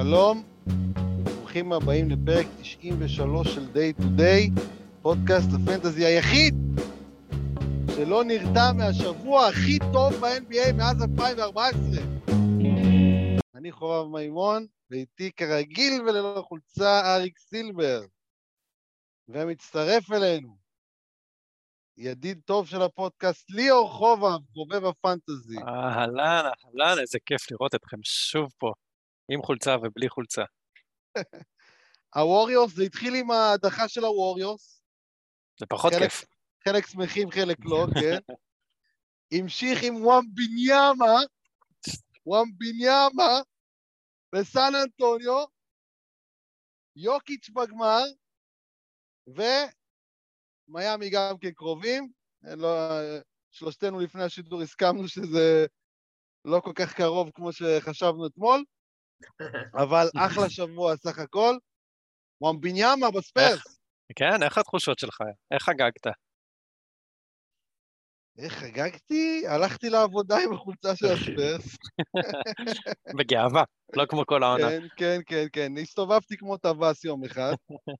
שלום, ברוכים הבאים לפרק 93 של Day to Day, פודקאסט הפנטזי היחיד שלא נרתע מהשבוע הכי טוב ב-NBA מאז 2014. אני חובב מימון, ואיתי כרגיל וללא חולצה אריק סילבר. ומצטרף אלינו, ידיד טוב של הפודקאסט, ליאור חובב, חובב הפנטזי. אהלן, איזה כיף לראות אתכם שוב פה, עם חולצה ובלי חולצה. הווריורס, זה התחיל עם ההדחה של הווריורס. זה פחות כיף. חלק שמחים, חלק לא, כן. המשיך עם וואמביניאמה בסן אנטוניו, יוקיץ' בגמר, ומיימי גם כן קרובים. שלושתנו לפני השידור הסכמנו שזה לא כל כך קרוב כמו שחשבנו אתמול, אבל אחלה שבוע סך הכל. וואמביניאמה בספרס. כן, איך התחושות שלך? איך חגגת? איך חגגתי? הלכתי לעבודה עם החולצה של הספרס. בגאווה, לא כמו כל העונה. כן. הסתובבתי כמו טווס יום אחד.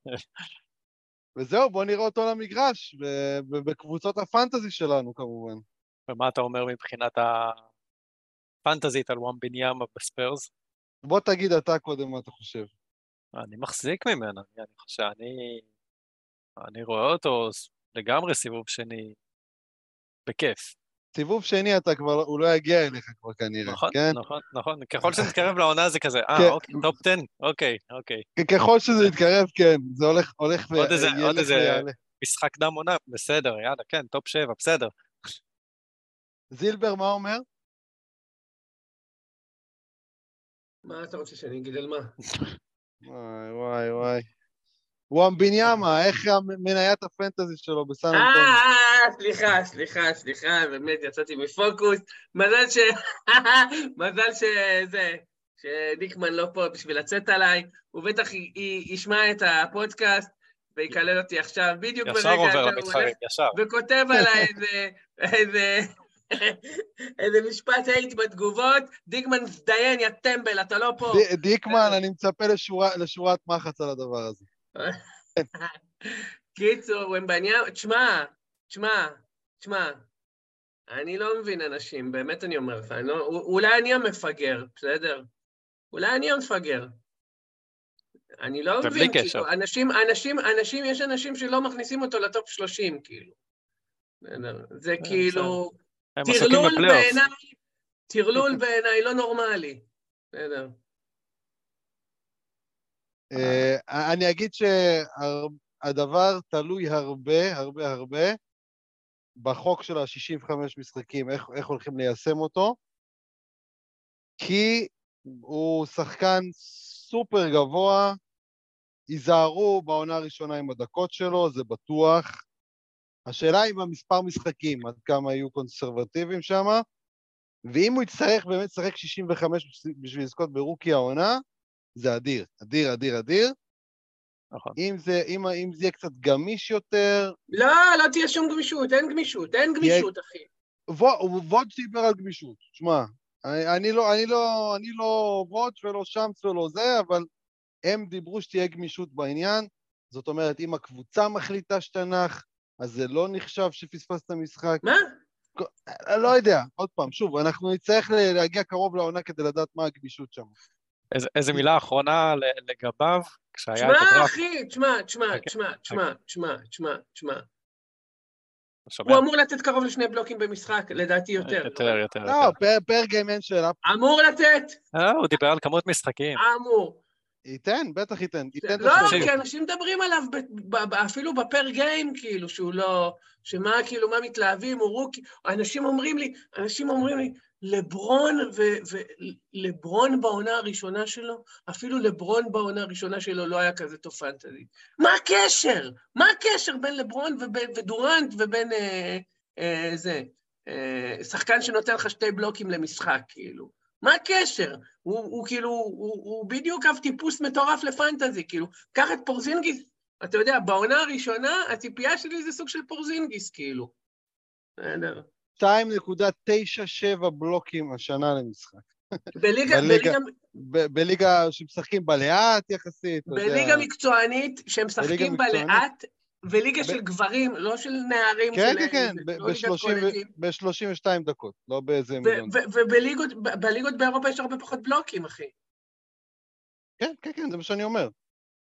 וזהו, בוא נראה אותו למגרש, בקבוצות הפנטזי שלנו כמובן. ומה אתה אומר מבחינת הפנטזית על וואמביניאמה בספרס? בוא תגיד אתה קודם מה אתה חושב. אני מחזיק ממנה, אני חושב, אני רואה אותו לגמרי סיבוב שני בכיף. סיבוב שני הוא לא יגיע אליך כבר כנראה, כן? נכון. ככל שנתקרב לעונה זה כזה, אוקיי, טופ 10, אוקיי. ככל שזה יתקרב, כן, זה הולך עוד איזה ויעלה. משחק דם עונה, בסדר, יאללה, כן, טופ 7, בסדר. זילבר, מה אומר? מה אתה רוצה שאני אגיד על מה? וואי. וואמביניאמה, איך מניית הפנטזי שלו בסן אנטוניו? סליחה, באמת יצאתי מפוקוס. מזל שדיקמן לא פה בשביל לצאת עליי, הוא בטח ישמע את הפודקאסט ויקלל אותי עכשיו, בדיוק ברגע ישר עובר למתחרים, ישר. וכותב עליי איזה משפט הייט בתגובות, דיקמן דיין, יא טמבל, אתה לא פה. דיקמן, אני מצפה לשורת מחץ על הדבר הזה. קיצור, תשמע, אני לא מבין אנשים, באמת אני אומר לך, אולי אני המפגר, בסדר? אולי אני המפגר. אני לא מבין, כאילו, יש אנשים שלא מכניסים אותו לטופ 30, כאילו. זה כאילו, טרלול בעיניי לא נורמלי. בסדר. אני אגיד שהדבר תלוי הרבה בחוק של ה-65 משחקים, איך הולכים ליישם אותו, כי הוא שחקן סופר גבוה, ייזהרו בעונה הראשונה עם הדקות שלו, זה בטוח. השאלה היא במספר משחקים, עד כמה יהיו קונסרבטיביים שם, ואם הוא יצטרך באמת לשחק 65 בשביל לזכות ברוקי העונה, זה אדיר. נכון. אם זה יהיה קצת גמיש יותר... לא תהיה שום גמישות, אין גמישות, אחי. ווד דיבר על גמישות, שמע, אני לא ווד ולא שמס ולא זה, אבל הם דיברו שתהיה גמישות בעניין, זאת אומרת, אם הקבוצה מחליטה שתנח, אז זה לא נחשב שפספסת משחק. מה? לא יודע, עוד פעם, שוב, אנחנו נצטרך להגיע קרוב לעונה כדי לדעת מה הגמישות שם. איזה מילה אחרונה לגביו, כשהיה את הדראפט. אחי, תשמע. הוא אמור לתת קרוב לשני בלוקים במשחק, לדעתי יותר. יותר. לא, פר גיים אין שאלה. אמור לתת. הוא דיבר על כמות משחקים. אמור. בטח ייתן. לא, כי אנשים מדברים עליו אפילו בפר גיים, כאילו, שהוא לא, שמה, כאילו, מה מתלהבים, הוא רוקי. אנשים אומרים לי, לברון בעונה הראשונה שלו, אפילו לברון בעונה הראשונה שלו לא היה כזה טוב פנטזי. מה הקשר? מה הקשר בין לברון ודורנט ובין שחקן שנותן לך 2 בלוקים למשחק, כאילו? מה הקשר? הוא כאילו, הוא בדיוק אף טיפוס מטורף לפנטזי, כאילו, קח את פורזינגיס, אתה יודע, בעונה הראשונה, הציפייה שלי זה סוג של פורזינגיס, כאילו. 2.97 בלוקים השנה למשחק. בליגה שמשחקים בלאט יחסית. בליגה מקצוענית שמשחקים בלאט, וליגה של גברים, לא של נערים. כן, כן, ב-32 דקות, לא באיזה מיליון. ובליגות באירופה יש הרבה פחות בלוקים, אחי. כן, כן, כן, זה מה שאני אומר.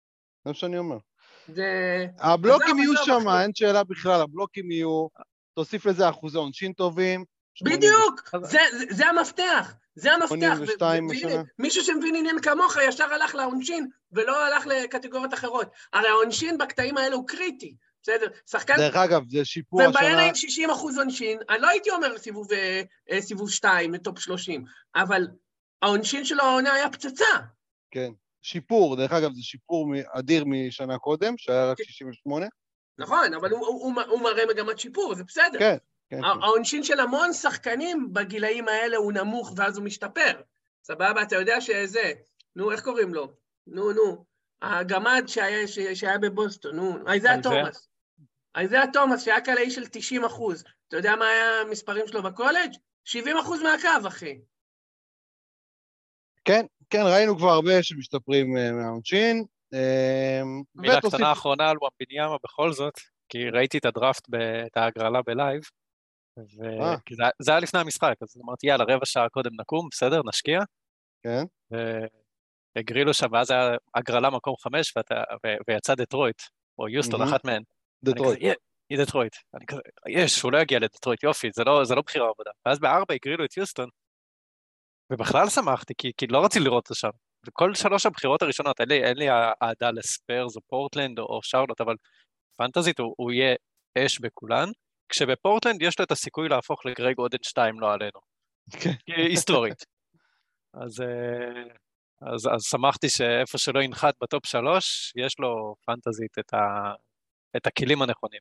הבלוקים יהיו שם, אין שאלה בכלל, הבלוקים יהיו, תוסיף לזה אחוזי עונשין טובים. בדיוק, זה המפתח. מישהו שמבין עניין כמוך ישר הלך לעונשין, ולא הלך לקטגוריות אחרות. הרי העונשין בקטעים האלה הוא קריטי. בסדר, שחקן... דרך אגב, זה שיפור השנה... ובעיין עם 60% עונשין, אני לא הייתי אומר סיבוב 2 מטופ 30, אבל העונשין שלו העונה היה פצצה. כן, שיפור, דרך אגב, זה שיפור אדיר משנה קודם, שהיה רק 68. נכון, אבל הוא מראה מגמת שיפור, זה בסדר. כן. העונשין של המון שחקנים בגילאים האלה הוא נמוך, ואז הוא משתפר. סבבה, אתה יודע שזה, נו, איך קוראים לו? נו, הגמד שהיה בבוסטון, נו, איזיה תומאס, שהיה קלעי של 90%. אתה יודע מה היה המספרים שלו בקולג'? 70% מהקו, אחי. כן, ראינו כבר הרבה שמשתפרים מהעונשין. מילה קטנה האחרונה על ומבניאמה בכל זאת, כי ראיתי את הדראפט, את ההגרלה בלייב, וזה היה לפני המשחק, אז אמרתי, יאללה, רבע שעה קודם נקום, בסדר, נשקיע. כן. והגרילו שם, ואז היה הגרלה מקום 5, ויצא דטרויט, או יוסטון, אחת מהן. דטרויט. היא דטרויט. אני כזה, הוא לא יגיע לדטרויט, יופי, זה לא בחירה עבודה. ואז ב4 הגרילו את יוסטון, ובכלל שמחתי, כי לא רציתי לראות את זה שם. וכל 3 הבחירות הראשונות, אין לי העדה לספרס או פורטלנד או שרלוט, אבל פנטזית הוא יהיה אש בכולן, כשבפורטלנד יש לו את הסיכוי להפוך לגרייג עודן 2, לא עלינו. היסטורית. אז שמחתי שאיפה שלא ינחת בטופ 3, יש לו פנטזית את הכלים הנכונים.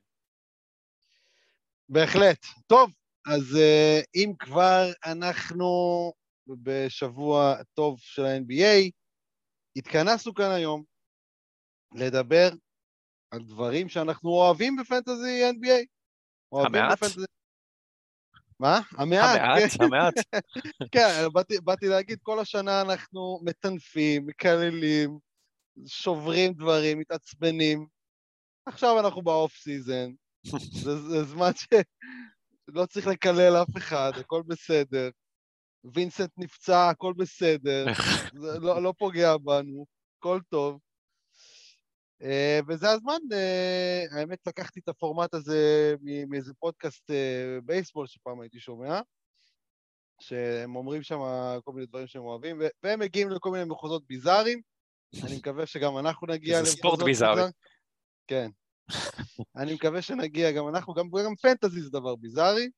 בהחלט. טוב, אז אם כבר אנחנו בשבוע טוב של ה-NBA, התכנסנו כאן היום לדבר על דברים שאנחנו אוהבים בפנטזי NBA. המעט? מה? המעט. כן, באתי להגיד, כל השנה אנחנו מטנפים, מקללים, שוברים דברים, מתעצבנים. עכשיו אנחנו באוף סיזן. זה זמן שלא צריך לקלל אף אחד, הכל בסדר. וינסנט נפצע, הכל בסדר. זה לא פוגע בנו, הכל טוב. וזה הזמן, האמת לקחתי את הפורמט הזה מאיזה פודקאסט בייסבול שפעם הייתי שומע, שהם אומרים שם כל מיני דברים שהם אוהבים, והם מגיעים לכל מיני מחוזות ביזאריים, אני מקווה שגם אנחנו נגיע למחוזות ביזאריים. זה ספורט ביזארי. כן. אני מקווה שנגיע גם אנחנו, גם פנטזי זה דבר ביזארי,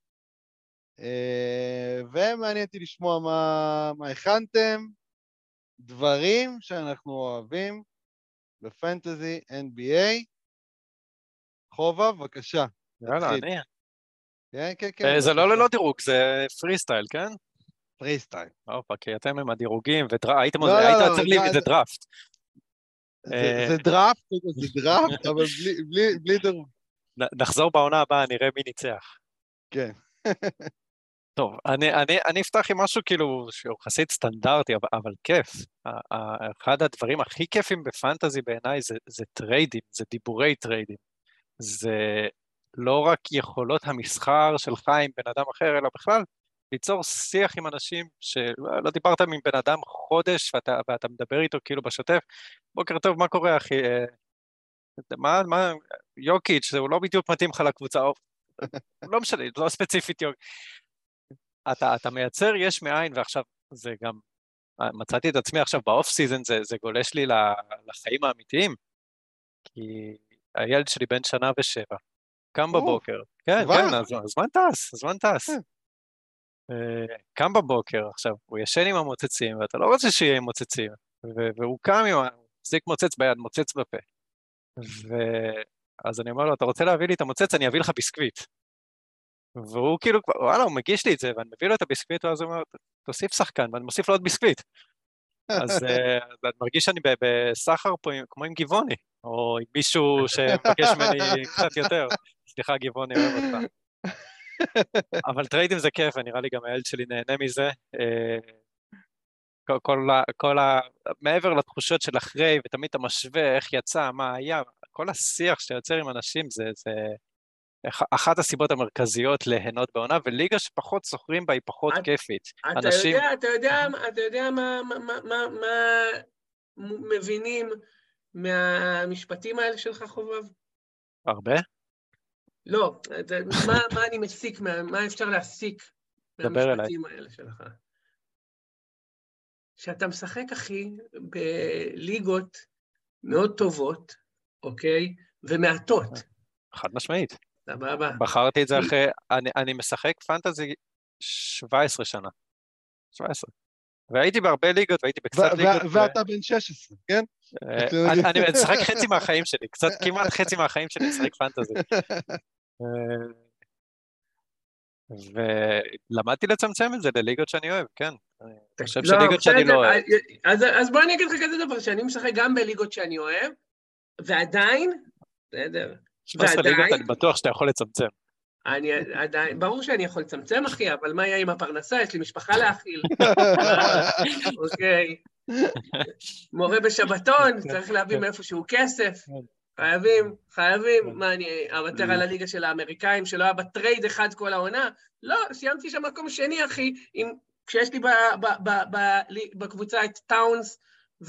ומעניין אותי לשמוע מה הכנתם, דברים שאנחנו אוהבים, בפנטזי NBA. חובה, בבקשה. יאללה, אני. כן. זה לא ללא דירוג, זה פרי סטייל, כן? פרי סטייל. אופה, כי אתם עם הדירוגים, היית צריך לי את זה דראפט. זה דראפט, אבל בלי דירוג. נחזור בעונה הבאה, נראה מי ניצח. כן. טוב, אני אפתח עם משהו כאילו שהוא חסית סטנדרטי, אבל כיף. אחד הדברים הכי כיפים בפנטזי בעיניי זה טריידים, זה דיבורי טריידים. זה לא רק יכולות המסחר שלך עם בן אדם אחר, אלא בכלל ליצור שיח עם אנשים שלא דיברת עם בן אדם חודש, ואתה מדבר איתו כאילו בשוטף. בוקר טוב, מה קורה אחי? מה, יוקיץ', הוא לא בדיוק מתאים לך לקבוצה, לא משנה, לא ספציפית יוקיץ'. אתה מייצר יש מאין, ועכשיו זה גם, מצאתי את עצמי עכשיו באוף סיזן, זה גולש לי לחיים האמיתיים, כי הילד שלי בן 1.7 שנה, קם בבוקר, כן, הזמן טס, קם בבוקר, עכשיו, הוא ישן עם המוצצים, ואתה לא רוצה שיהיה עם מוצצים, והוא קם עם מחזיק מוצץ ביד, מוצץ בפה, אז אני אומר לו, אתה רוצה להביא לי את המוצץ, אני אביא לך ביסקוויט, והוא כאילו, וואלה, הוא מגיש לי את זה, ואני מביא לו את הביסקוויט, ואז הוא אומר, תוסיף שחקן, ואני מוסיף לו עוד ביסקוויט. אז אני מרגיש שאני בסחר פה, כמו עם גיבוני, או עם מישהו שמבקש ממני קצת יותר. סליחה, גיבוני, אוהב אותך. אבל טריידים זה כיף, ונראה לי גם הילד שלי נהנה מזה. מעבר לתחושות של אחרי, ותמיד אתה משווה איך יצא, מה היה, כל השיח שאתה יוצר עם אנשים, זה אחת הסיבות המרכזיות ליהנות בעונה, וליגה שפחות סוחרים בה היא פחות כיפית. אתה יודע מה מבינים מהמשפטים האלה שלך, חובב? הרבה? לא, מה אני מסיק, מה אפשר להסיק מהמשפטים האלה שלך? שאתה משחק, אחי, בליגות מאוד טובות, אוקיי? ומעטות. חד משמעית. סבבה. בחרתי את זה אחרי, אני משחק פנטזי 17 שנה. 17. והייתי בהרבה ליגות, והייתי בקצת ליגות. ואתה בן 16, כן? אני משחק חצי מהחיים שלי, כמעט חצי מהחיים שלי משחק פנטזי. ולמדתי לצמצם את זה לליגות שאני אוהב, כן. אני חושב שליגות שאני לא אוהב. אז בוא אני אגיד לך כזה דבר, שאני משחק גם בליגות שאני אוהב, ועדיין, בסדר, 13 ליגות אני בטוח שאתה יכול לצמצם. אני עדיין, ברור שאני יכול לצמצם, אחי, אבל מה יהיה עם הפרנסה? יש לי משפחה להאכיל. אוקיי. מורה בשבתון, צריך להביא מאיפשהו כסף. חייבים. מה, אני אוותר על הליגה של האמריקאים, שלא היה בטרייד אחד כל העונה? לא, סיימתי שם מקום שני, אחי, כשיש לי בקבוצה את טאונס,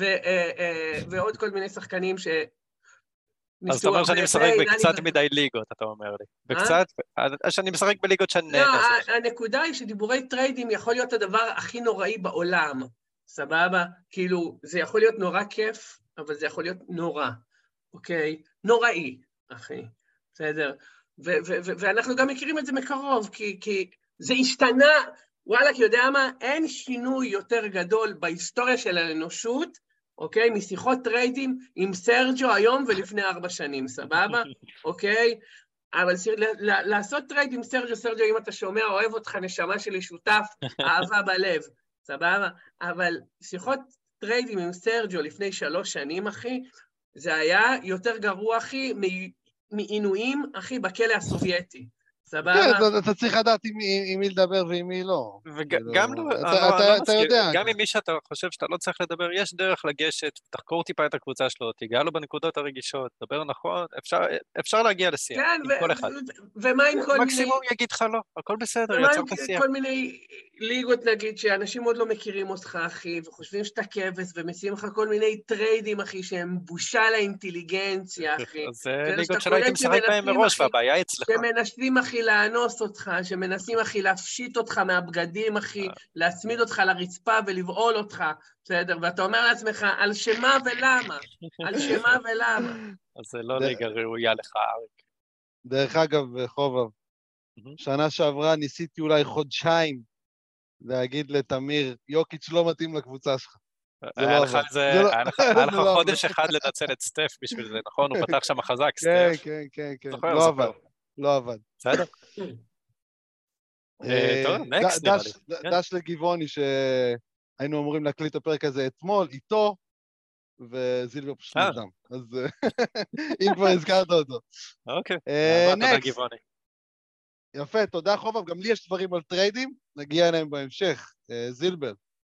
ועוד כל מיני שחקנים ש... אז אתה אומר שאני משחק בקצת מדי ליגות, אתה אומר לי. בקצת, שאני משחק בליגות שאני נהנה. לא, הנקודה היא שדיבורי טריידים יכול להיות הדבר הכי נוראי בעולם, סבבה? כאילו, זה יכול להיות נורא כיף, אבל זה יכול להיות נורא, אוקיי? נוראי, אחי, בסדר? ואנחנו גם מכירים את זה מקרוב, כי זה השתנה, וואלה, כי יודע מה? אין שינוי יותר גדול בהיסטוריה של האנושות, אוקיי? משיחות טריידים עם סרג'ו היום ולפני 4 שנים, סבבה? אוקיי? אבל לעשות טרייד עם סרג'ו, אם אתה שומע, אוהב אותך, נשמה שלי, שותף, אהבה בלב, סבבה? אבל שיחות טריידים עם סרג'ו לפני 3 שנים, אחי, זה היה יותר גרוע, אחי, מעינויים, אחי, בכלא הסובייטי. סבבה? כן, אתה צריך לדעת עם מי לדבר ועם מי לא. וגם לא, אתה יודע. גם עם מי שאתה חושב שאתה לא צריך לדבר, יש דרך לגשת, תחקור טיפה את הקבוצה שלו, תיגע לו בנקודות הרגישות, דבר נכון, אפשר להגיע לשיח, עם כל אחד. ומה עם כל מיני... מקסימום יגיד לך לא, הכל בסדר, יצר את השיח. כל מיני ליגות, נגיד, שאנשים עוד לא מכירים אותך, אחי, וחושבים שאתה כבש, ומציעים לך כל מיני טריידים, אחי, שהם בושה לאינטליגנציה, אחי. זה ליגות שלא הייתי משחק בהם מראש, והבעיה אצלך. שמנסים, אחי, לאנוס אותך, שמנסים, אחי, להפשיט אותך מהבגדים, אחי, להצמיד אותך לרצפה ולבעול אותך, בסדר? ואתה אומר לעצמך, על שמה ולמה? על שמה ולמה? אז זה לא ליגה ראויה לך, אריק. דרך אגב, חובב, שנה שעברה ניסיתי אולי חודשיים להגיד לתמיר, יוקיץ' לא מתאים לקבוצה שלך. היה לך חודש אחד לנצל את סטף בשביל זה, נכון? הוא פתח שם חזק, סטף. כן, לא עבד. בסדר. טוב, נקסט נראה לי. דש לגבעוני שהיינו אמורים להקליט את הפרק הזה אתמול, איתו, וזילבר פשוט נדם. אז אם כבר הזכרת אותו. אוקיי, תודה גבעוני. יפה, תודה חובב, גם לי יש דברים על טריידים, נגיע אליהם בהמשך. זילבר.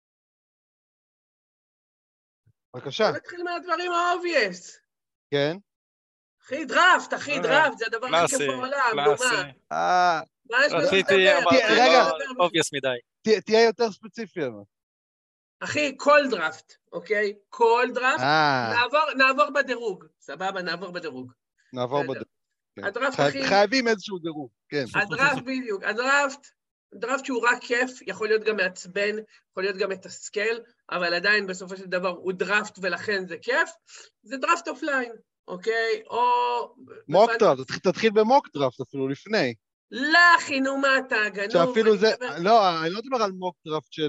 בבקשה. בוא נתחיל מהדברים האובייס. כן. אחי, דראפט, זה הדבר הכי כיף בעולם, נו מה? מה יש לך לדבר? רגע, אובייס מדי. תהיה יותר ספציפי. אחי, כל דראפט, אוקיי? כל דראפט, נעבור בדירוג, סבבה, נעבור בדירוג. הדראפט, אחי... חייבים איזשהו דירוג, כן. הדראפט בדיוק, דראפט שהוא רק כיף, יכול להיות גם מעצבן, יכול להיות גם מתסכל, אבל עדיין בסופו של דבר הוא דראפט ולכן זה כיף, זה דראפט אופליין, אוקיי? או... מוק דראפט, תתחיל במוק דראפט אפילו לפני. לא, אחי, נו מה אתה, גנוב. שאפילו זה... לא, אני לא מדבר על מוק דראפט של...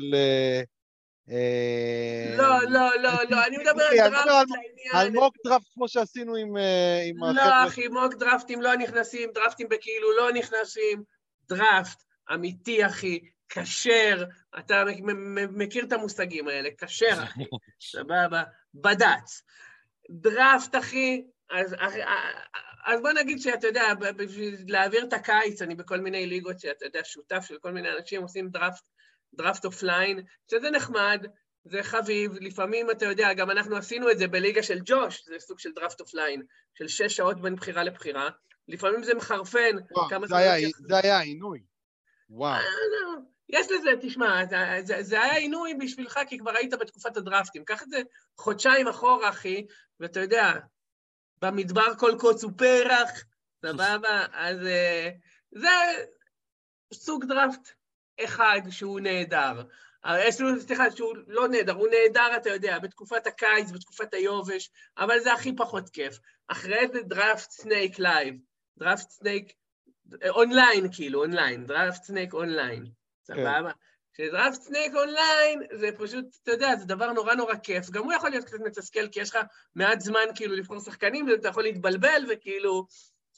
לא, אני מדבר על דראפט לעניין. על מוק דראפט כמו שעשינו עם... לא, אחי, מוק דראפטים לא נכנסים, דראפטים בכאילו לא נכנסים, דראפט אמיתי, אחי, כשר, אתה מכיר את המושגים האלה, כשר, אחי, סבבה, בד"ץ. דראפט, אחי, אז בוא נגיד שאתה יודע, בשביל להעביר את הקיץ, אני בכל מיני ליגות שאתה יודע, שותף של כל מיני אנשים עושים דראפט אופליין, שזה נחמד, זה חביב, לפעמים אתה יודע, גם אנחנו עשינו את זה בליגה של ג'וש, זה סוג של דראפט אוף ליין, של 6 שעות בין בחירה לבחירה, לפעמים זה מחרפן. וואו, זה היה עינוי. וואו. יש לזה, תשמע, זה היה עינוי בשבילך, כי כבר היית בתקופת הדרפטים. קח את זה חודשיים אחורה, אחי, ואתה יודע, במדבר כל קוץ הוא פרח, סבבה, אז זה סוג דרפט אחד שהוא נהדר. סליחה, שהוא לא נהדר, הוא נהדר, אתה יודע, בתקופת הקיץ, בתקופת היובש, אבל זה הכי פחות כיף. אחרי זה דראפט סנייק לייב, דראפט סנייק אונליין, כאילו, אונליין, דראפט סנייק אונליין, סבבה? כשדראפט סנייק אונליין, זה פשוט, אתה יודע, זה דבר נורא נורא כיף. גם הוא יכול להיות קצת מתסכל, כי יש לך מעט זמן, כאילו, לבחור שחקנים, ואתה יכול להתבלבל, וכאילו...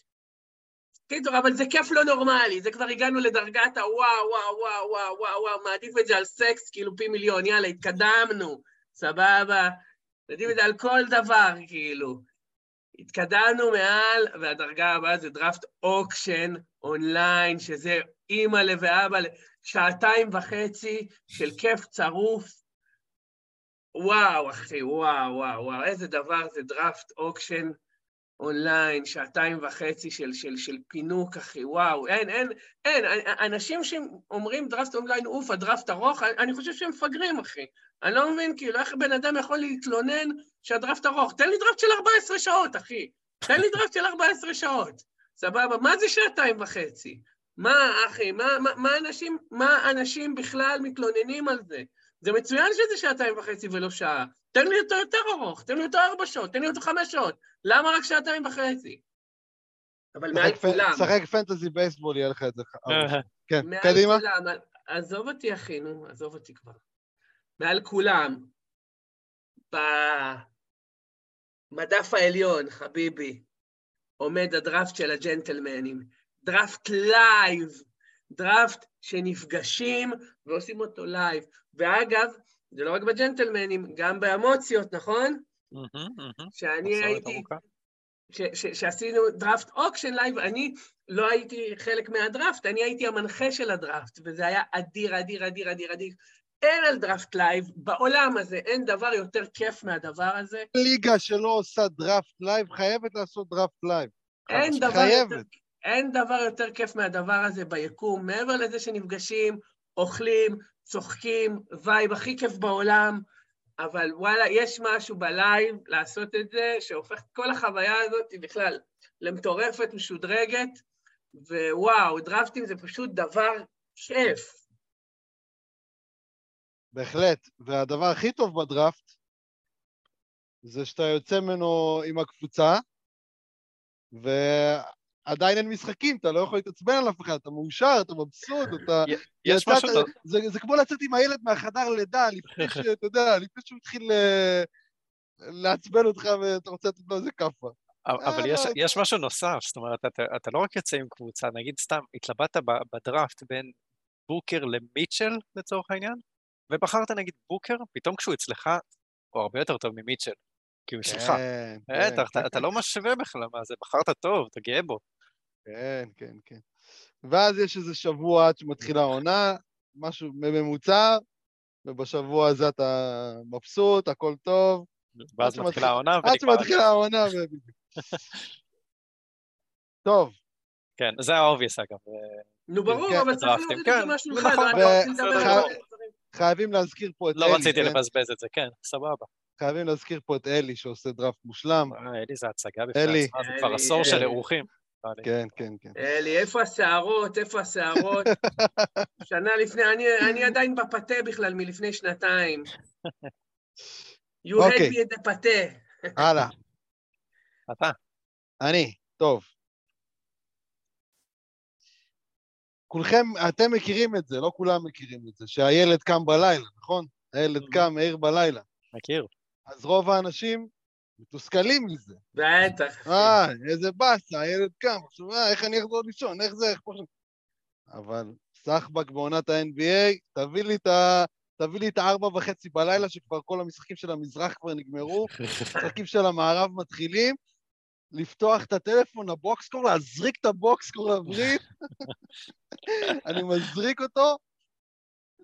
קיצור, אבל זה כיף לא נורמלי, זה כבר הגענו לדרגת הוואו, וואו, וואו, וואו, וואו, וואו, מעדיף את זה על סקס, כאילו פי מיליון, יאללה, התקדמנו, סבבה, מעדיף את זה על כל דבר, כאילו. התקדמנו מעל, והדרגה הבאה זה דראפט אוקשן אונליין, שזה אימא ואבא, 2.5 של כיף צרוף. וואו, אחי, וואו, וואו, וואו, איזה דבר זה דראפט אוקשן אונליין, 2.5 של פינוק, אחי, וואו, אין, אנשים שאומרים דראפט אונליין, אוף, הדראפט ארוך, אני חושב שהם מפגרים, אחי. אני לא מבין, כאילו, איך בן אדם יכול להתלונן שהדראפט ארוך? תן לי דראפט של 14 שעות, אחי. תן לי דראפט של 14 שעות. סבבה, מה זה 2.5? מה, אחי, מה אנשים בכלל מתלוננים על זה? זה מצוין שזה 2.5 ולא שעה. תן לי אותו יותר ארוך, תן לי אותו 4 שעות, תן לי אותו 5 שעות. למה רק 2.5? אבל מעל כולם. שחק פנטזי בייסבול, יהיה לך את זה. כן, קדימה. מעל כולם, עזוב אותי, אחי, נו, עזוב אותי כבר. מעל כולם, במדף העליון, חביבי, עומד הדראפט של הג'נטלמנים. דראפט לייב, דראפט שנפגשים ועושים אותו לייב. ואגב, זה לא רק בג'נטלמנים, גם באמוציות, נכון? שאני הייתי, שעשינו דראפט אוקשן לייב, אני לא הייתי חלק מהדראפט, אני הייתי המנחה של הדראפט, וזה היה אדיר, אדיר, אדיר, אדיר, אדיר. אין על דראפט לייב, בעולם הזה אין דבר יותר כיף מהדבר הזה. ליגה שלא עושה דראפט לייב, חייבת לעשות דראפט לייב. אין דבר יותר כיף מהדבר הזה ביקום, מעבר לזה שנפגשים, אוכלים, צוחקים, וייב הכי כיף בעולם, אבל וואלה, יש משהו בלייב לעשות את זה, שהופך את כל החוויה הזאת בכלל למטורפת, משודרגת, ווואו, דראפטים זה פשוט דבר כיף. בהחלט, והדבר הכי טוב בדראפט, זה שאתה יוצא ממנו עם הקבוצה, ועדיין אין משחקים, אתה לא יכול להתעצבן על אף אחד, אתה מאושר, אתה מבסוט, אתה... יש משהו... זה כמו לצאת עם הילד מהחדר לידה, לפני שאתה יודע, לפני שהוא התחיל לעצבן אותך ואתה רוצה לתת לו איזה כאפה. אבל יש משהו נוסף, זאת אומרת, אתה לא רק יוצא עם קבוצה, נגיד סתם, התלבטת בדראפט בין בוקר למיטשל לצורך העניין, ובחרת נגיד בוקר, פתאום כשהוא אצלך, הוא הרבה יותר טוב ממיטשל, כי הוא שלך. אתה לא משווה בכלל מה זה, בחרת טוב, אתה גאה בו. כן. ואז יש איזה שבוע עד שמתחילה העונה, משהו ממוצע, ובשבוע הזה אתה מבסוט, הכל טוב. ואז מתחילה העונה, עד שמתחילה העונה, טוב. כן, זה האובייס אגב. נו ברור, אבל צריך להוריד את זה מהשולחן. חייבים להזכיר פה את אלי. לא רציתי לבזבז את זה, כן, סבבה. חייבים להזכיר פה את אלי שעושה דראפט מושלם. אלי זה הצגה בפני עצמה, זה כבר עשור של אירוחים. כן. אלי, איפה השערות? שנה לפני, אני עדיין בפתה בכלל מלפני 2 You had me at the פתה. הלאה. אתה. אני, טוב. כולכם, אתם מכירים את זה, לא כולם מכירים את זה, שהילד קם בלילה, נכון? הילד קם, העיר בלילה. מכיר. אז רוב האנשים מתוסכלים מזה. בטח. איזה בסה, הילד קם, עכשיו, איך אני אחזור לישון, איך זה, איך פה... אבל סחבק בעונת ה-NBA, תביא לי את 4:30 בלילה, שכבר כל המשחקים של המזרח כבר נגמרו, המשחקים של המערב מתחילים, לפתוח את הטלפון, הבוקסקור, להזריק את הבוקסקור לברית, אני מזריק אותו,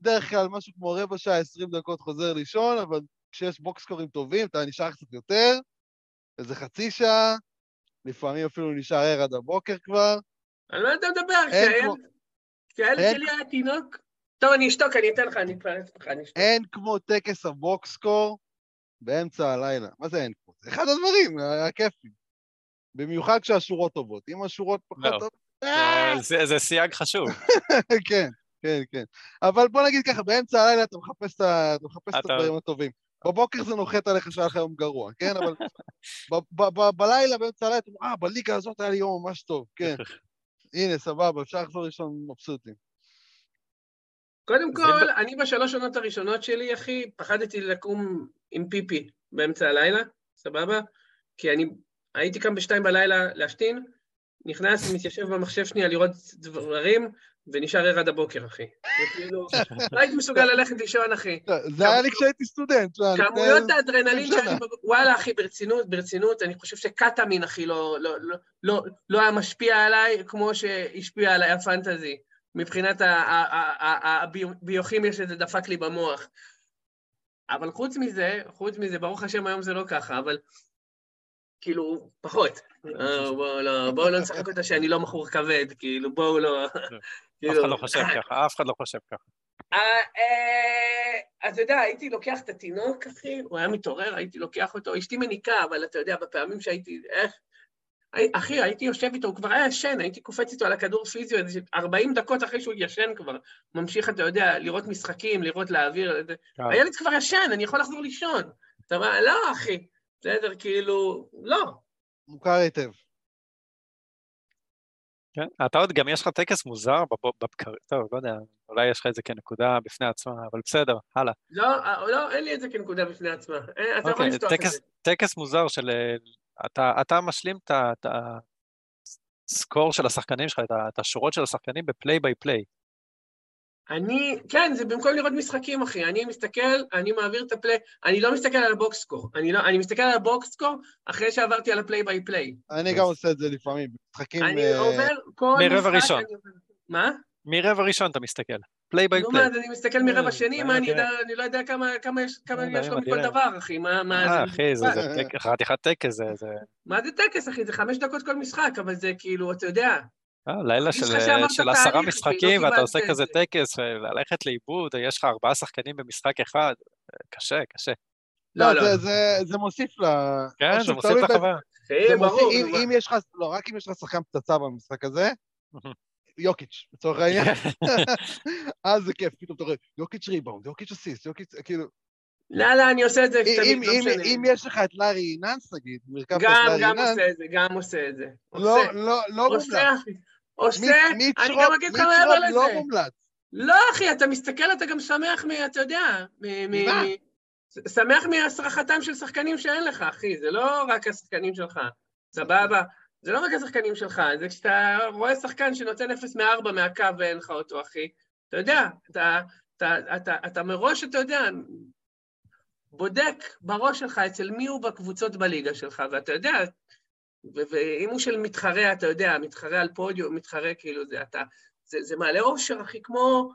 בדרך כלל משהו כמו רבע שעה, 20 דקות חוזר לישון, אבל כשיש בוקסקורים טובים, אתה נשאר קצת יותר, איזה חצי שעה, לפעמים אפילו נשאר ער עד הבוקר כבר. על מה אתה מדבר? כשהילד שלי היה תינוק? טוב, אני אשתוק, אני אתן לך, אני אתפרץ לך, אני אשתוק. אין כמו טקס הבוקסקור באמצע הלילה. מה זה אין כמו? זה אחד הדברים, הכיפים. במיוחד כשהשורות טובות. אם השורות פחות טובות... זה סייג חשוב. כן, כן, כן. אבל בוא נגיד ככה, באמצע הלילה אתה מחפש את הדברים הטובים. בבוקר זה נוחת עליך שהיה לך יום גרוע, כן? אבל בלילה, באמצע הלילה, אתה אומר, בליגה הזאת היה לי יום ממש טוב, כן. הנה, סבבה, אפשר לחזור לישון מבסוטים. קודם כל, אני בשלוש שנות הראשונות שלי, אחי, פחדתי לקום עם פיפי באמצע הלילה, סבבה? כי אני הייתי קם ב2 בלילה להשתין, נכנס, מתיישב במחשב שנייה לראות דברים, ונשאר ער עד הבוקר, אחי. וכאילו, לא הייתי מסוגל ללכת לישון, אחי. זה היה לי כשהייתי סטודנט. כמויות האדרנלין שלי, וואלה, אחי, ברצינות, אני חושב שקטמין, אחי, לא היה משפיע עליי כמו שהשפיע עליי הפנטזי. מבחינת הביוכימיה שזה דפק לי במוח. אבל חוץ מזה, ברוך השם היום זה לא ככה, אבל כאילו, פחות. בואו לא נשחק אותה שאני לא מכור כבד, כאילו, בואו לא... אף אחד לא חושב ככה, אף אחד לא חושב ככה. אז אתה יודע, הייתי לוקח את התינוק, אחי, הוא היה מתעורר, הייתי לוקח אותו, אשתי מניקה, אבל אתה יודע, בפעמים שהייתי, אחי, הייתי יושב איתו, הוא כבר היה ישן, הייתי קופץ איתו על הכדור פיזיו, 40 דקות אחרי שהוא ישן כבר, ממשיך, אתה יודע, לראות משחקים, לראות לאוויר, הילד כבר ישן, אני יכול לחזור לישון. אתה אומר, לא, אחי, בסדר, כאילו, לא. מוכר היטב. כן, אתה עוד גם יש לך טקס מוזר בבקר, טוב, לא יודע, אולי יש לך את זה כנקודה בפני עצמה, אבל בסדר, הלאה. לא, אין לי את זה כנקודה בפני עצמה, אתה יכול לפתוח את זה. טקס מוזר של, אתה משלים את הסקור של השחקנים שלך, את השורות של השחקנים בפליי ביי פליי. כן, זה במקום לראות משחקים, אחי, אני מסתכל, אני מעביר את הפליי, אני לא מסתכל על הבוקסקור, אני מסתכל על הבוקסקור אחרי שעברתי על הפליי ביי פליי. אני גם עושה את זה לפעמים, משחקים... אני עובר כל מרבע ראשון. מה? מרבע ראשון אתה מסתכל, פליי ביי פליי. אני מסתכל מרבע שני, מה אני לא יודע כמה יש לו מכל דבר, אחי, מה... אחי, זה חתיכת טקס, זה... מה זה טקס, אחי? זה 5 דקות כל משחק, אבל זה כאילו, אתה יודע... לילה של 10 משחקים, ואתה עושה כזה טקס, וללכת לאיבוד, יש לך 4 שחקנים במשחק אחד, קשה, קשה. לא, זה מוסיף ל... כן, זה מוסיף לחוויה. ברור. אם יש לך, לא, רק אם יש לך שחקן פצצה במשחק הזה, יוקיץ', לצורך העניין, אז זה כיף, פתאום אתה רואה, יוקיץ' ריבאונד, יוקיץ' אסיסט, יוקיץ', כאילו... לא, אני עושה את זה תמיד, לא משנה. אם יש לך את לארי נאנס, נגיד, מרכב את לארי נאנס... גם עושה את זה. לא מומלץ. עושה, אני גם אגיד לך מעבר לזה. לא מומלץ. לא, אחי, אתה מסתכל, אתה גם שמח אתה יודע, שמח מהסרחתם של שחקנים שאין לך, אחי, זה לא רק השחקנים שלך, סבבה, זה לא רק השחקנים שלך, זה כשאתה רואה שחקן שנותן 0 מ-4 מהקו ואין לך אותו, אחי, אתה יודע, אתה מראש, אתה יודע, בודק בראש שלך אצל מי הוא בקבוצות בליגה שלך, ואתה יודע, ואם הוא של מתחרה, אתה יודע, מתחרה על פודיום, מתחרה כאילו זה מעלה אושר, אחי, כמו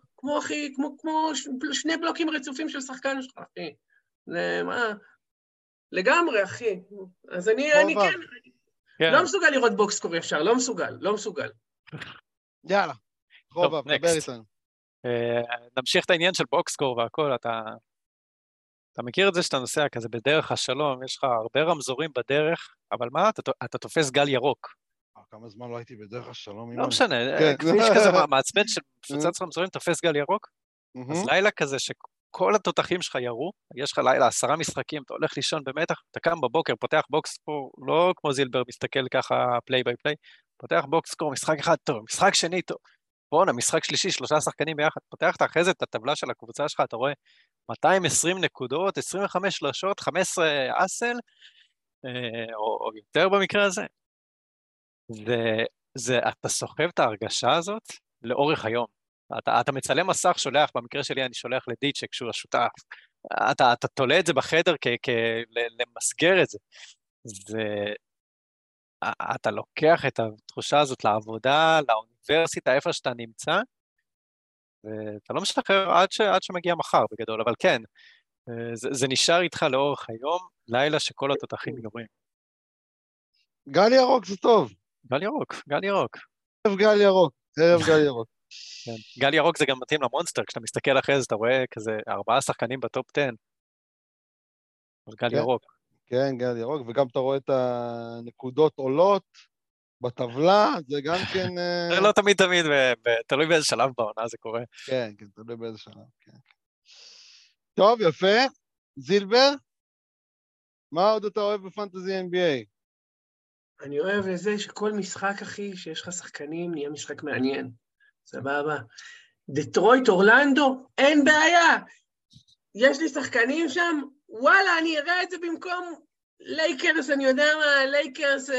2 בלוקים רצופים של שחקן שלך, אחי. מה? לגמרי, אחי. אז אני כן, לא מסוגל לראות בוקסקור ישר, לא מסוגל. יאללה, חובה, דבר איתנו. נמשיך את העניין של בוקסקור והכל, אתה מכיר את זה שאתה נוסע כזה בדרך השלום, יש לך הרבה רמזורים בדרך, אבל מה? אתה תופס גל ירוק. כמה זמן לא הייתי בדרך השלום? לא משנה, כביש כזה מעצבן של מפוצץ רמזורים, תופס גל ירוק, אז לילה כזה שכל התותחים שלך ירו, יש לך לילה 10 משחקים, אתה הולך לישון במתח, אתה קם בבוקר, פותח בוקסקור, לא כמו זילבר מסתכל ככה פליי ביי פליי, פותח בוקסקור, משחק אחד טוב, משחק שני טוב, בואנה, משחק שלישי, 3 שחקנים ביחד, פותח את אחרי זה את הטבלה של הקבוצה שלך, אתה רואה 220 נקודות, 25 שלשות, 15 אסל, או יותר במקרה הזה. אתה סוחב את ההרגשה הזאת לאורך היום. אתה מצלם מסך, שולח, במקרה שלי אני שולח לדיצ'ק, שהוא השותף. אתה תולה את זה בחדר למסגר את זה. אתה לוקח את התחושה הזאת לעבודה, לאוניברסיטה, איפה שאתה נמצא, ואתה לא משחרר עד שמגיע מחר בגדול, אבל כן, זה נשאר איתך לאורך היום, לילה שכל התותחים יורים. גל ירוק זה טוב. גל ירוק, גל ירוק. ערב גל ירוק, ערב גל ירוק. כן. גל ירוק זה גם מתאים למונסטר, כשאתה מסתכל אחרי זה, אתה רואה כזה 4 שחקנים בטופ 10. אז גל ירוק. כן, גל ירוק, וגם אתה רואה את הנקודות עולות בטבלה, זה גם כן... זה לא תמיד, תלוי באיזה שלב בעונה זה קורה. כן, כן, תלוי באיזה שלב, כן. טוב, יפה. זילבר, מה עוד אתה אוהב בפנטזי NBA? אני אוהב לזה שכל משחק, אחי, שיש לך שחקנים, נהיה משחק מעניין. סבבה. דטרויט, אורלנדו, אין בעיה. יש לי שחקנים שם, וואלה, אני אראה את זה במקום לייקרס, אני יודע מה, לייקרס...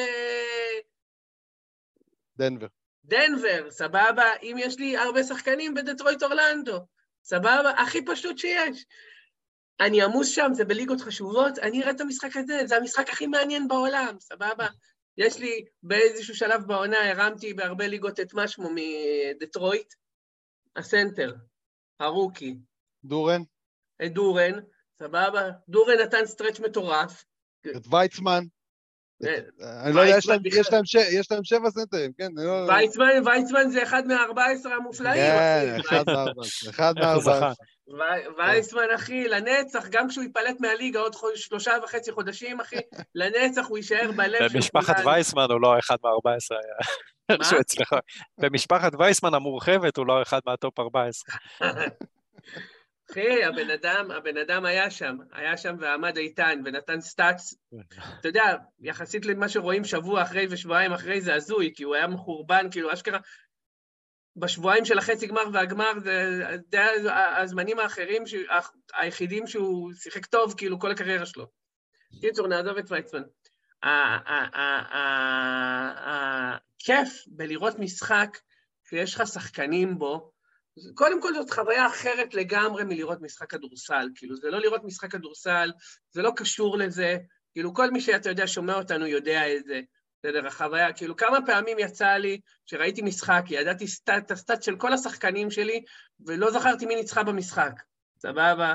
דנבר, סבבה. אם יש לי הרבה שחקנים בדטרויט, אורלנדו, סבבה, הכי פשוט שיש. אני עמוס שם, זה בליגות חשובות, אני אראה את המשחק הזה, זה המשחק הכי מעניין בעולם, סבבה. יש לי באיזשהו שלב בעונה, הרמתי בהרבה ליגות את משמו מדטרויט, הסנטר, הרוקי. דורן? את דורן, סבבה. דורן נתן סטרץ' מטורף. את ויצמן? אני לא יודע, יש להם 7 סנטרים, כן? ויצמן זה אחד מה-14 המופלאים. כן, אחד מה-14. ויצמן, אחי, לנצח, גם כשהוא ייפלט מהליגה עוד 3.5 חודשים, אחי, לנצח הוא יישאר בלב של במשפחת וייסמן הוא לא אחד מה-14 היה. מה? במשפחת וייסמן המורחבת הוא לא אחד מהטופ 14. אחי, הבן אדם היה שם ועמד איתן ונתן סטאצ, אתה יודע, יחסית למה שרואים שבוע אחרי ושבועיים אחרי זה הזוי, כי הוא היה מחורבן, כאילו אשכרה, בשבועיים של החצי גמר והגמר, זה הזמנים האחרים, היחידים שהוא שיחק טוב, כאילו כל הקריירה שלו. קיצור, נעזוב את ויצמן. הכיף בלראות משחק, שיש לך שחקנים בו, קודם כל זאת חוויה אחרת לגמרי מלראות משחק כדורסל, כאילו זה לא לראות משחק כדורסל, זה לא קשור לזה, כאילו כל מי שאתה יודע שומע אותנו יודע את זה, בסדר, החוויה, כאילו כמה פעמים יצא לי שראיתי משחק, ידעתי את הסטאט של כל השחקנים שלי, ולא זכרתי מי ניצחה במשחק, סבבה?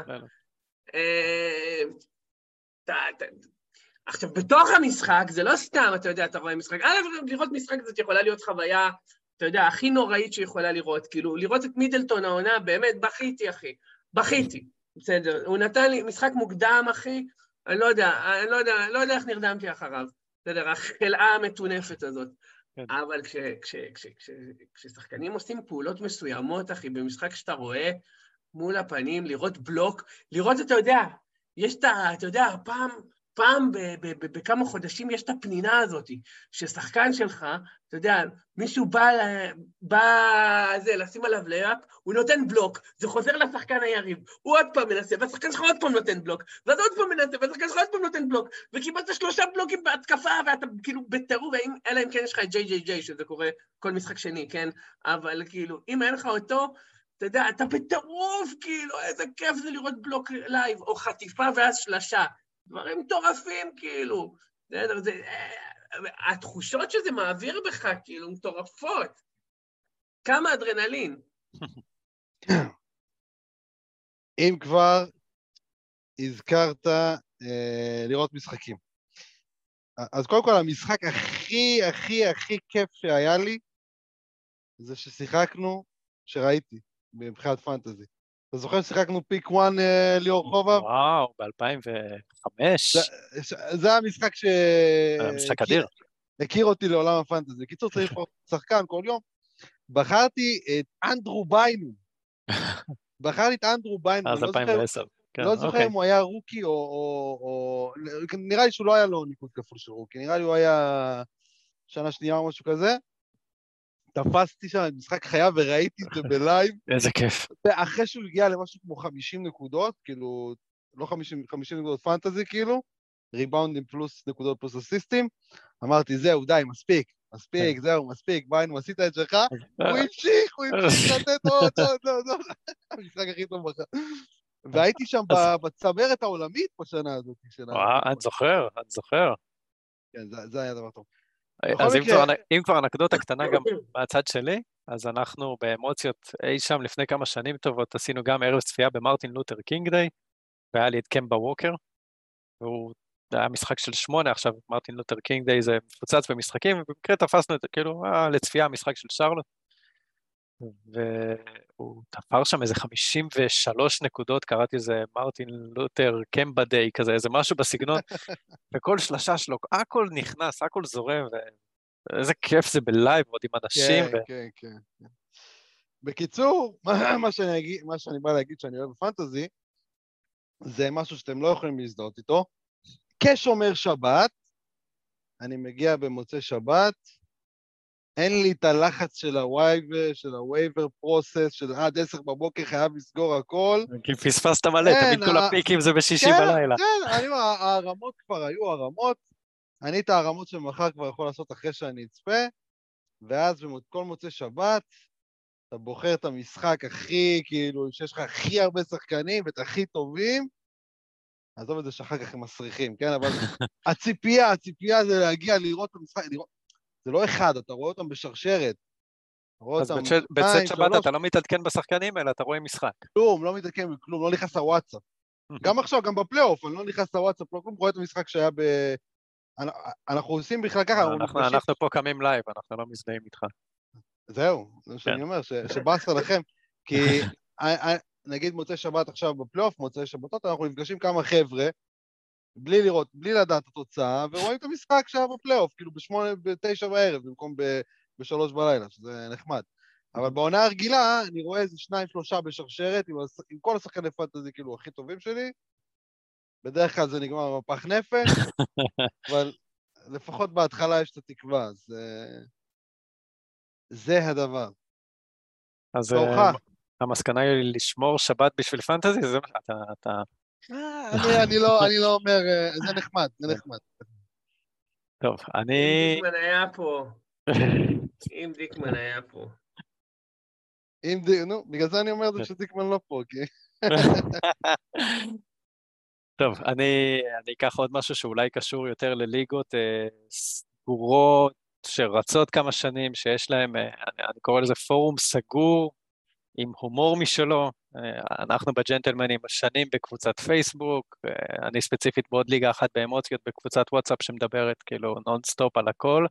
עכשיו, בתוך המשחק, זה לא סתם, אתה יודע, אתה רואה משחק, לראות משחק זאת יכולה להיות חוויה, אתה יודע, הכי נוראית שיכולה לראות, כאילו, לראות את מידלטון העונה, באמת, בכיתי, אחי, בכיתי, בסדר, הוא נתן לי משחק מוקדם, אחי, אני לא יודע איך נרדמתי אחריו, בסדר, החלאה המטונפת הזאת, אבל כששחקנים עושים פעולות מסוימות, אחי, במשחק שאתה רואה מול הפנים, לראות בלוק, לראות, אתה יודע, יש אתה יודע, פעם בכמה חודשים יש את הפנינה הזאת, ששחקן שלך, אתה יודע, מישהו בא לשים עליו לאפ, הוא נותן בלוק, זה חוזר לשחקן היריב, הוא עוד פעם מנסה, והשחקן שלך עוד פעם נותן בלוק, ואז עוד פעם מנסה, והשחקן שלך עוד פעם נותן בלוק, וקיבלת 3 בלוקים בהתקפה, ואתה כאילו בטירוף, אלא אם כן יש לך את JJJ, שזה קורה כל משחק שני, כן? אבל כאילו, אם אין לך אותו, אתה יודע, אתה בטירוף, כאילו, איזה כיף זה לראות בלוק לייב, או חטיפה ואז שלשה. דברים מטורפים, כאילו. התחושות שזה מעביר בך, כאילו, מטורפות. כמה אדרנלין. אם כבר הזכרת לראות משחקים. אז קודם כל, המשחק הכי כיף שהיה לי, זה ששיחקנו, שראיתי, מבחינת פנטזי. אתה זוכר ששיחקנו פיק 1 ליאור חובב? וואו, ב-2005. זה המשחק משחק אדיר. הכיר אותי לעולם הפנטזי. קיצור צריך פה שחקן כל יום. בחרתי את אנדרו ביינום. אז 2010. לא זוכר אם הוא היה רוקי או... נראה לי שהוא לא היה לו ניקוד כפול של רוקי. נראה לי הוא היה שנה שנייה או משהו כזה. תפסתי שם משחק חיה וראיתי את זה בלייב. איזה כיף. ואחרי שהוא הגיע למשהו כמו 50 נקודות, כאילו, לא 50 נקודות פנטזי, כאילו, ריבאונדים פלוס נקודות פלוס אסיסטים, אמרתי, זהו, די, מספיק, זהו, מספיק, ביינו, עשית את שלך, הוא המשיך לתת עוד, המשחק הכי טוב בחר. והייתי שם בצמרת העולמית בשנה הזאת. אני זוכר. כן, זה היה דבר טוב. אז אם כבר אנקדוטה קטנה גם מהצד שלי, אז אנחנו באמוציות אי שם לפני כמה שנים טובות, עשינו גם ערב צפייה במרטין לותר קינג דיי, והיה לי את קמבה ווקר, זה היה משחק של 8, עכשיו מרטין לותר קינג דיי זה מפוצץ במשחקים, ובמקרה תפסנו את זה, כאילו, לצפייה משחק של שרלוט, והוא תפר שם איזה 53 נקודות, קראתי איזה מרטין לותר קמבה דיי כזה, איזה משהו בסגנון, וכל שלשה שלו, הכל נכנס, הכל זורם, ואיזה כיף זה בלייב, עוד עם אנשים. כן, כן. בקיצור, מה שאני בא להגיד שאני אוהב בפנטזי, זה משהו שאתם לא יכולים להזדהות איתו. כשומר שבת, אני מגיע במוצאי שבת, אין לי את הלחץ של הווייבר פרוסס, של עד 10 בבוקר חייב לסגור הכל. כי פספסת מלא, תמיד כל הפיקים זה בשישי בלילה. כן, אני אומר, הרמות כבר היו הרמות, אני את הרמות של מחר כבר יכול לעשות אחרי שאני אצפה, ואז בכל מוצאי שבת, אתה בוחר את המשחק הכי, כאילו, שיש לך הכי הרבה שחקנים ואת הכי טובים, עזוב את זה שאחר כך הם מסריחים, כן? אבל הציפייה זה להגיע לראות את המשחק, זה לא אחד, אתה רואה אותם בשרשרת. אז בצאת שבת אתה לא מתעדכן בשחקנים, אלא אתה רואה משחק. כלום, לא מתעדכן בכלום, לא נכנס לוואטסאפ. גם עכשיו, גם בפלייאוף, אני לא נכנס לוואטסאפ, לא כלום, רואה את המשחק שהיה אנחנו עושים בכלל ככה, אנחנו פה קמים לייב, אנחנו לא מזדהים איתך. זהו, זה מה שאני אומר, שבאסר לכם, כי נגיד מוצאי שבת עכשיו בפלייאוף, מוצאי שבתות, אנחנו נפגשים כמה חבר'ה, בלי לראות, בלי לדעת את התוצאה, ורואים את המשחק שהיה בפלייאוף, כאילו ב9 בערב, במקום ב3 בלילה, שזה נחמד. אבל בעונה הרגילה, אני רואה איזה 2-3 בשרשרת, עם כל השחקני פנטזי, כאילו, הכי טובים שלי, בדרך כלל זה נגמר מפח נפש, אבל לפחות בהתחלה יש את התקווה, אז זה הדבר. אז המסקנה היא לשמור שבת בשביל פנטזי, זה מה אתה... אני לא אומר, זה נחמד, זה נחמד. טוב, אני... אם דיקמן היה פה. נו, בגלל זה אני אומר זה שדיקמן לא פה, כי... טוב, אני אקח עוד משהו שאולי קשור יותר לליגות סגורות, שרצות כמה שנים, שיש להם, אני קורא לזה פורום סגור, עם הומור משלו, אנחנו בג'נטלמנים שנים בקבוצת פייסבוק, אני ספציפית בעוד ליגה אחת באמוציות בקבוצת וואטסאפ שמדברת כאילו נונסטופ על הכל,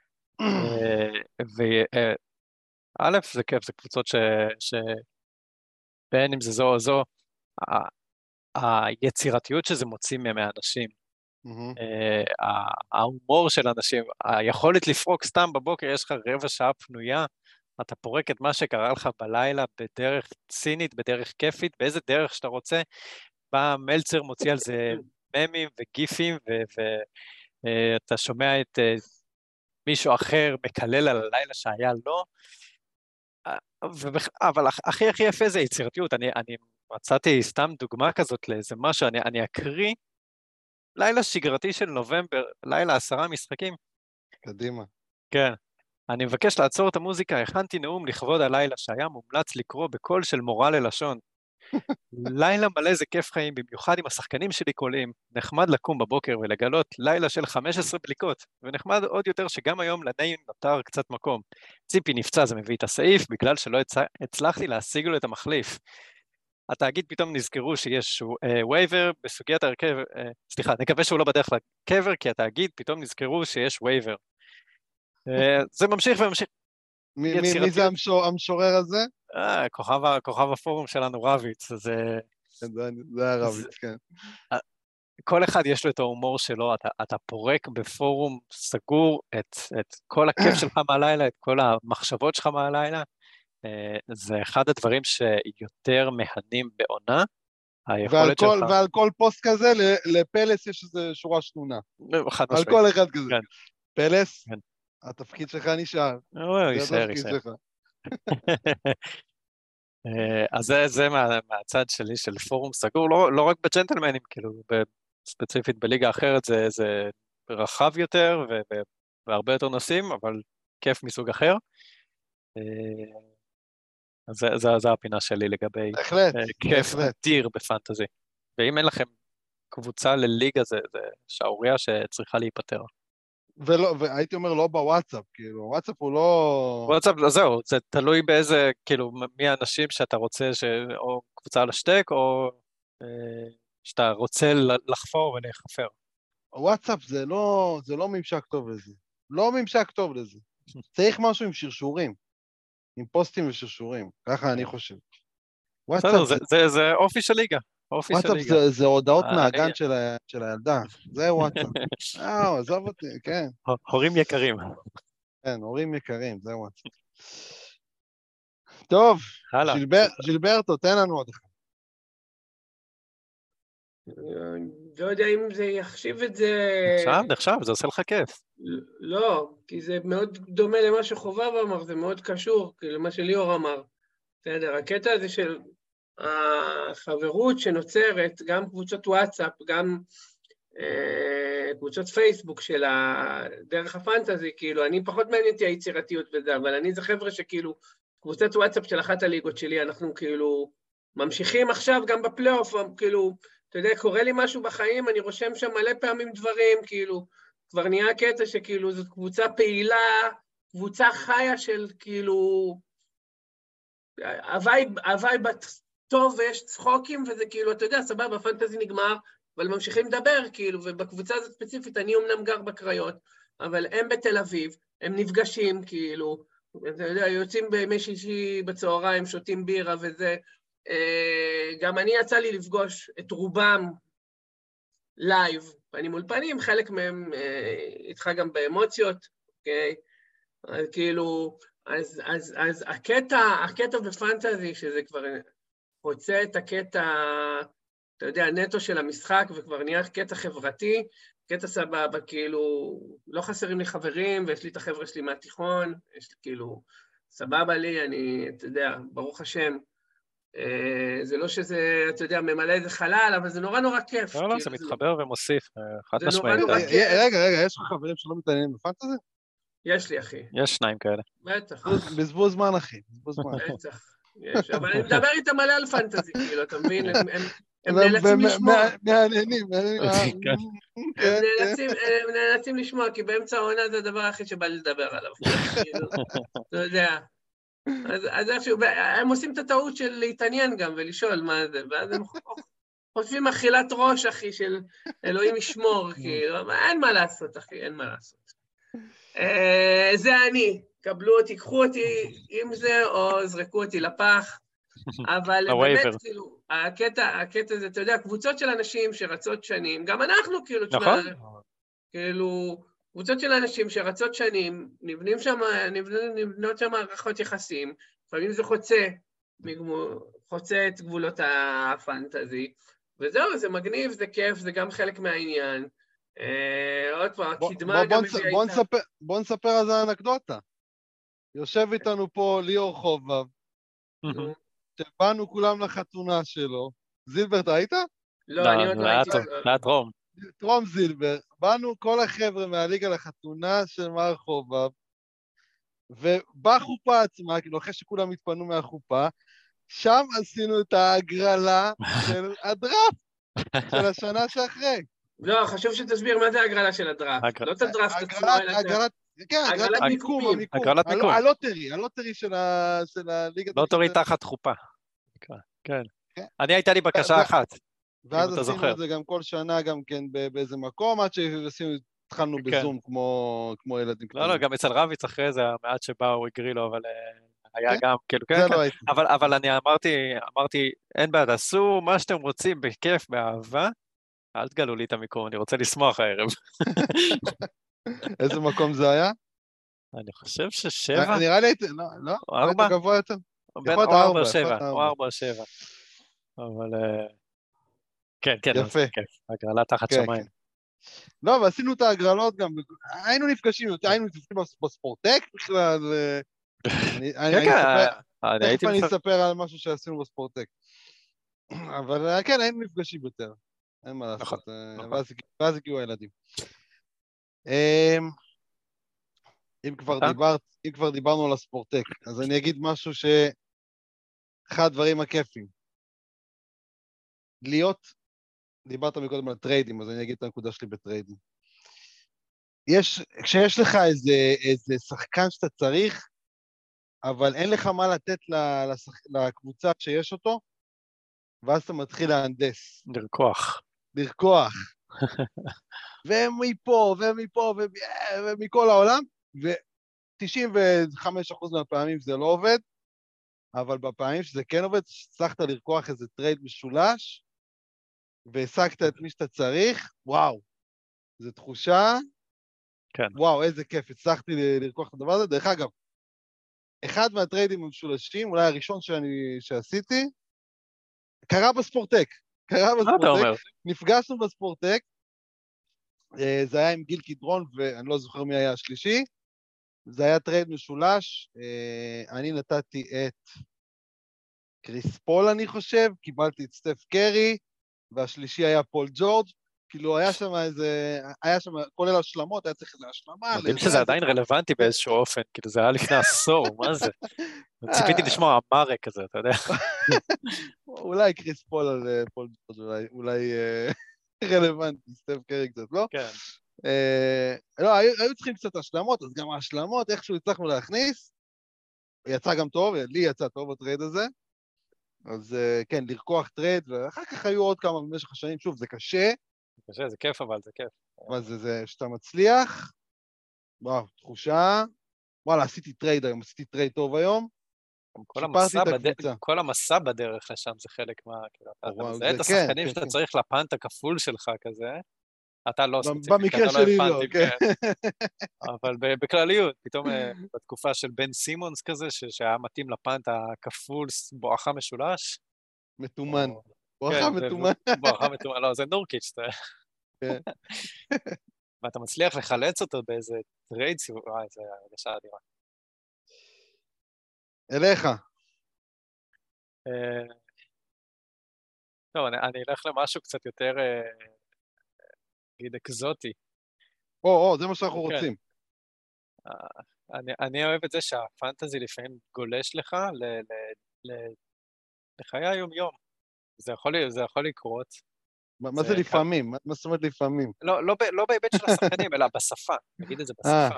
וא' זה כיף, זה קבוצות בין אם זה זו או זו, היצירתיות שזה מוציא מהאנשים, ההומור של אנשים, היכולת לפרוק סתם בבוקר, יש לך רבע שעה פנויה, אתה פורק את מה שקרה לך בלילה בדרך צינית, בדרך כיפית, באיזה דרך שאתה רוצה, בא מלצר מוציא על זה ממים וגיפים, ואתה שומע את מישהו אחר מקלל על הלילה שהיה לו, אבל הכי יפה זה יצירתיות, אני מצאתי סתם דוגמה כזאת לאיזה משהו, אני אקריא, לילה שגרתי של נובמבר, לילה 10 משחקים. קדימה. כן. אני מבקש לעצור את המוזיקה, הכנתי נאום לכבוד הלילה שהיה מומלץ לקרוא בקול של מורה ללשון. לילה מלא זה כיף חיים, במיוחד עם השחקנים שלי קולעים, נחמד לקום בבוקר ולגלות לילה של 15 בליקות, ונחמד עוד יותר שגם היום לנעים נותר קצת מקום. ציפי נפצע, זה מביא את הסעיף, בגלל שלא הצלחתי להשיג לו את המחליף. התאגיד פתאום נזכרו שיש וייבר בסוגיית הרכב, סליחה, נקווה שהוא לא בדרך לקבר, כי התאגיד פתאום נזכרו שיש וייבר. זה ממשיך וממשיך. מי זה המשורר הזה? כוכב הפורום שלנו רביץ, זה היה רביץ, כן. כל אחד יש לו את ההומור שלו, אתה פורק בפורום סגור את כל הכיף שלך מהלילה, את כל המחשבות שלך מהלילה, זה אחד הדברים שיותר מהנים בעונה, ועל כל פוסט כזה, לפלס יש איזו שורה שנונה. על כל אחד כזה. פלס? התפקיד שלך נשאר. זה התפקיד שלך. אז זה מהצד שלי של פורום סגור, לא רק בג'נטלמנים, כאילו, ספציפית בליגה אחרת זה רחב יותר והרבה יותר נושאים, אבל כיף מסוג אחר. אז זה הפינה שלי לגבי כיף אדיר בפנטזי. ואם אין לכם קבוצה לליגה, זה שעוריה שצריכה להיפטר. והייתי אומר לא בוואטסאפ, כאילו, וואטסאפ הוא לא... וואטסאפ, זהו, זה תלוי באיזה, כאילו, מי האנשים שאתה רוצה, או קבוצה על השטק, או שאתה רוצה לחפור ולהיחפר. וואטסאפ זה לא ממשק טוב לזה. לא ממשק טוב לזה. צריך משהו עם שרשורים. עם פוסטים ושרשורים. ככה אני חושב. בסדר, זה אופי של ליגה. וואטסאפ זה הודעות מהגן של הילדה. זה וואטסאפ. עזוב אותי, כן. הורים יקרים. כן, הורים יקרים, זה וואטסאפ. טוב, ז'ילברטו, תן לנו עוד אחד. לא יודע אם זה יחשיב את זה... נחשב, זה עושה לך כיף. לא, כי זה מאוד דומה למה שחובב אמר, זה מאוד קשור, למה שליאור אמר. בסדר, הקטע הזה של החברות שנוצרת, גם קבוצות וואטסאפ, גם קבוצות פייסבוק של דרך הפנטזי, כאילו, אני פחות מעניינתי היצירתיות וזה, אבל אני זה חבר'ה שכאילו, קבוצת וואטסאפ של אחת הליגות שלי, אנחנו כאילו ממשיכים עכשיו גם בפלייאוף, כאילו, אתה יודע, קורה לי משהו בחיים, אני רושם שם מלא פעמים דברים, כאילו, כבר נהיה קטע שכאילו, זאת קבוצה פעילה, קבוצה חיה של כאילו, הוואי טוב ויש צחוקים, וזה כאילו, אתה יודע, סבבה, הפנטזי נגמר, אבל ממשיכים לדבר, כאילו, ובקבוצה הזאת ספציפית, אני אומנם גר בקריות, אבל הם בתל אביב, הם נפגשים, כאילו, אתה יודע, יוצאים בימי שישי בצהריים, שותים בירה וזה, גם אני יצא לי לפגוש את רובם לייב, פנים מול פנים, חלק מהם איתך גם באמוציות, אוקיי? אז כאילו, אז הקטע בפנטזי, שזה כבר חוצה את הקטע, אתה יודע, נטו של המשחק, וכבר נהיה קטע חברתי, קטע סבבה, כאילו, לא חסרים לי חברים, ויש לי את החבר'ה שלי מהתיכון, יש לי כאילו, סבבה לי, אני, אתה יודע, ברוך השם, זה לא שזה, אתה יודע, ממלא איזה חלל, אבל זה נורא נורא כיף. לא, זה מתחבר ומוסיף, חד משמעית. זה נורא נורא כיף. רגע, יש לך חברים שלא מתעניינים בפנטזי? יש לי, אחי. יש 2 כאלה. בטח. בזבוז זמן, אחי. בטח, יש. אבל אני מדבר איתם מלא על פנטזי, כאילו, אתה מבין? הם נאלצים לשמוע. מעניינים. הם נאלצים לשמוע, כי באמצע העונה זה הדבר הכי שבא לי לדבר עליו. אתה יודע. אז איפשהו, הם עושים את הטעות של להתעניין גם ולשאול מה זה, ואז הם חושבים אכילת ראש, אחי, של אלוהים ישמור, כאילו, אין מה לעשות, אחי, אין מה לעשות. זה אני, קבלו אותי, קחו אותי עם זה, או זרקו אותי לפח, אבל באמת, כאילו, הקטע הזה, אתה יודע, קבוצות של אנשים שרצות שנים, גם אנחנו, כאילו, כאילו, קבוצות של אנשים שרצות שנים, נבנות שם מערכות יחסים, לפעמים זה חוצה את גבולות הפנטזי, וזהו, זה מגניב, זה כיף, זה גם חלק מהעניין. עוד פעם, הקדמה גם מביאה איתה. בוא נספר על זה אנקדוטה. יושב איתנו פה ליאור חובב, שבאנו כולם לחתונה שלו. זילברט, היית? לא, אני עוד לא הייתי. טרום. טרום זילבר. באנו כל החבר'ה מהליגה לחתונה של מר חובב, ובחופה עצמה, כאילו אחרי שכולם התפנו מהחופה, שם עשינו את ההגרלה של הדראפט, של השנה שאחרי. לא, חשוב שתסביר מה זה ההגרלה של הדראפט. לא את הדראפט עצמו, אלא הגרלת מיקום. הלוטרי של הליגה. לוטרי תחת חופה. כן. אני הייתה לי בקשה אחת. ואז עשינו את זה גם כל שנה, גם כן באיזה מקום, עד שהתחלנו בזום כמו ילדים. לא, גם אצל רביץ אחרי זה, המעט שבאו הגרילו, אבל היה גם, כאילו, כן, אבל אני אמרתי, אין בעד, עשו מה שאתם רוצים, בכיף, באהבה, אל תגלו לי את המיקום, אני רוצה לשמוח הערב. איזה מקום זה היה? אני חושב ש7. נראה לי, לא? 4? גבוה יותר? בין 4 ל7, או 4 ל7. אבל... כן, יפה. הגרלה תחת שמיים. לא, ועשינו את ההגרלות גם, היינו נפגשים בספורטק בכלל, תכף אני אספר על משהו שעשינו בספורטק. אבל כן, היינו נפגשים יותר, אין מה לעשות, ואז הגיעו הילדים. אם כבר דיברנו על הספורטק, אז אני אגיד משהו אחד הדברים הכיפים. דיברת מקודם על טריידים, אז אני אגיד את הנקודה שלי בטריידים. כשיש לך איזה שחקן שאתה צריך, אבל אין לך מה לתת לקבוצה שיש אותו, ואז אתה מתחיל להנדס. לרקוח. ומפה, ומכל העולם, ו-95% מהפעמים זה לא עובד, אבל בפעמים שזה כן עובד, הצלחת לרקוח איזה טרייד משולש, והשגת את מי שאתה צריך, וואו, זו תחושה, כן. וואו, איזה כיף, הצלחתי לרקוח את הדבר הזה. דרך אגב, אחד מהטריידים המשולשים, אולי הראשון שעשיתי, קרה בספורטק. מה אתה אומר? נפגשנו בספורטק, זה היה עם גיל קדרון, ואני לא זוכר מי היה השלישי, זה היה טרייד משולש, אני נתתי את קריס פול, אני חושב, קיבלתי את סטף קרי, והשלישי היה פול ג'ורג', כאילו היה שם כולל השלמות, היה צריך להשלמה. מדהים שזה עדיין רלוונטי באיזשהו אופן, כאילו זה היה לפני עשור, מה זה? ציפיתי לשמוע אמרה כזה, אתה יודע. אולי קריס פול על פול ג'ורג', אולי רלוונטי, סטף קרי קצת, לא? כן. לא, היו צריכים קצת השלמות, אז גם ההשלמות, איכשהו הצלחנו להכניס, יצא גם טוב, לי יצא טוב הטרייד הזה, אז כן, לרקוח טרייד, ואחר כך היו עוד כמה במשך השנים, שוב, זה קשה. זה כיף, אבל זה כיף. אבל זה שאתה מצליח, וואו, תחושה, וואלה, עשיתי טרייד היום, עשיתי טרייד טוב היום, שיפרתי את הקבוצה. כל המסע בדרך לשם זה חלק מה, כאילו, אתה מזהה את השחקנים שאתה צריך לפנט הכפול שלך כזה, אתה לא ספציפית, במקרה שלי לא, כן. אבל בכלליות, פתאום בתקופה של בן סימונס כזה, שהיה מתאים לפנט הכפול בואכה משולש. מתומן. בואכה מתומן. בואכה מתומן, לא, זה נורקיץ'. ואתה מצליח לחלץ אותו באיזה טרייד סיבוב, זה הרגשה אדירה. אליך. טוב, אני אלך למשהו קצת יותר, נגיד, אקזוטי. זה מה שאנחנו רוצים. אני אוהב את זה שהפנטזי לפעמים גולש לך לחיי היום-יום. זה יכול לקרות. מה זה לפעמים? מה זאת אומרת לפעמים? לא בהיבט של השחקנים, אלא בשפה. נגיד את זה בשפה.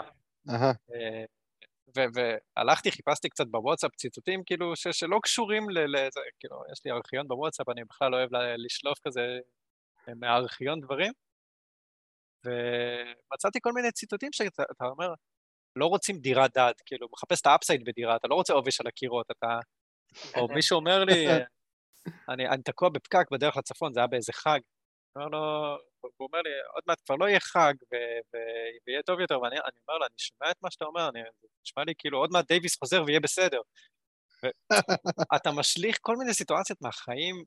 והלכתי, חיפשתי קצת בוואטסאפ ציטוטים, כאילו, שלא קשורים לזה, כאילו, יש לי ארכיון בוואטסאפ, אני בכלל לא אוהב לשלוף כזה מהארכיון דברים, ומצאתי כל מיני ציטוטים שאתה אומר, לא רוצים דירה דד, כאילו, מחפש את האפסייד בדירה, אתה לא רוצה עובש על הקירות, או מישהו אומר לי, אני תקוע בפקק בדרך לצפון, זה היה באיזה חג, הוא אומר לי, עוד מעט כבר לא יהיה חג, ויהיה טוב יותר, ואני אומר לו, אני שומע את מה שאתה אומר, נשמע לי כאילו, עוד מעט דייביס חוזר ויהיה בסדר. אתה משליך כל מיני סיטואציות מהחיים,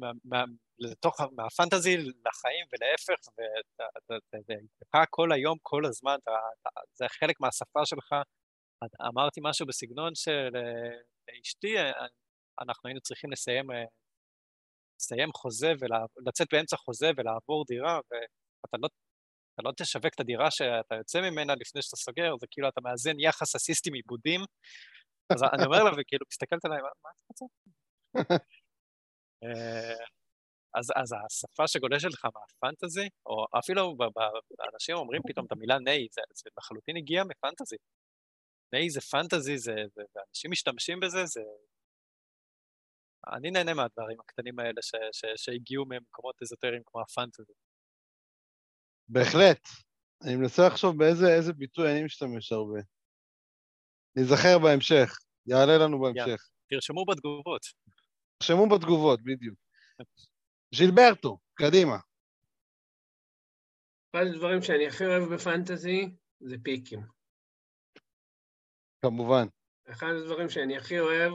מהפנטזי לחיים ולהפך, ואתה כל היום, כל הזמן, זה חלק מהשפה שלך. אמרתי משהו בסגנון של אשתי, אנחנו היינו צריכים לסיים חוזה, ולצאת באמצע חוזה ולעבור דירה, ואתה לא תשווק את הדירה שאתה יוצא ממנה לפני שאתה סוגר, זה כאילו אתה מאזן יחס אסיסטים עיבודים, אז אני אומר לה, וכאילו, מסתכלת עליי, מה אתה רוצה? אז השפה שגולשת לך מהפנטזי, או אפילו אנשים אומרים פתאום את המילה ניי, זה בחלוטין הגיע מפנטזי. ניי זה פנטזי, ואנשים משתמשים בזה, אני נהנה מהדברים הקטנים האלה שהגיעו ממקומות אזוטריים כמו הפנטזי. בהחלט. אני מנסה לחשוב באיזה ביטוי אני משתמש הרבה. נזכר בהמשך, יעלה לנו בהמשך. תרשמו בתגובות. תרשמו בתגובות, בדיוק. ז'ילברטו, קדימה. אחד הדברים שאני הכי אוהב בפנטזי זה פיקים. כמובן. אחד הדברים שאני הכי אוהב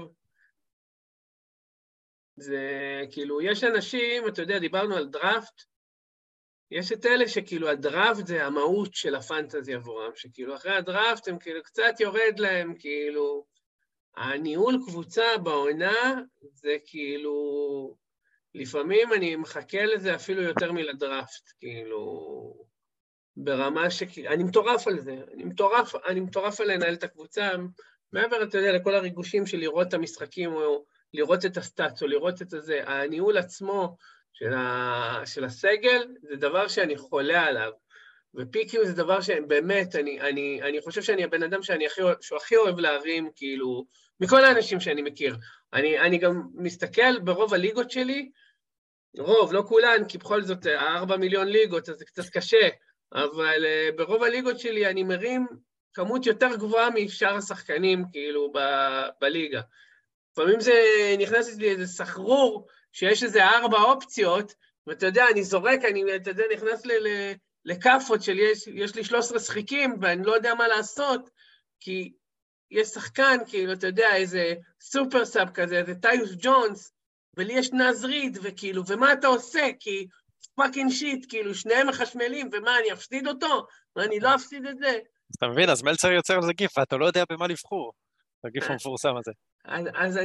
זה כאילו, יש אנשים, אתה יודע, דיברנו על דראפט, יש את אלה שכאילו הדראפט זה המהות של הפנטזי עבורם, שכאילו אחרי הדראפט הם כאילו קצת יורד להם, כאילו, הניהול קבוצה בעונה זה כאילו, לפעמים אני מחכה לזה אפילו יותר מלדראפט, כאילו, ברמה שכאילו, אני מטורף על זה, אני מטורף על לנהל את הקבוצה, מעבר, אתה יודע, לכל הריגושים של לראות את המשחקים, או לראות את הסטאצ, או לראות את זה, הניהול עצמו של הסגל, זה דבר שאני חולה עליו. ופיקים זה דבר שבאמת, אני חושב שאני הבן אדם שהוא הכי אוהב להרים, כאילו, מכל האנשים שאני מכיר. אני גם מסתכל ברוב הליגות שלי, רוב, לא כולן, כי בכל זאת 4 מיליון ליגות, אז זה קצת קשה, אבל ברוב הליגות שלי אני מרים כמות יותר גבוהה משאר השחקנים, כאילו, בליגה. לפעמים זה נכנס לי איזה סחרור, שיש איזה 4 אופציות, ואתה יודע, אני זורק, אתה יודע, נכנס לקפות של יש לי 13 שחיקים, ואני לא יודע מה לעשות, כי יש שחקן, כאילו, אתה יודע, איזה סופר סאב כזה, איזה טיוס ג'ונס, ולי יש נזריד, וכאילו, ומה אתה עושה? כי פאקינג שיט, כאילו, שניהם מחשמלים, ומה, אני אפסיד אותו? ואני לא אפסיד את זה. אתה מבין, אז מלצר יוצר לזה גיף, ואתה לא יודע במה לבחור, הגיף המפורסם הזה. אז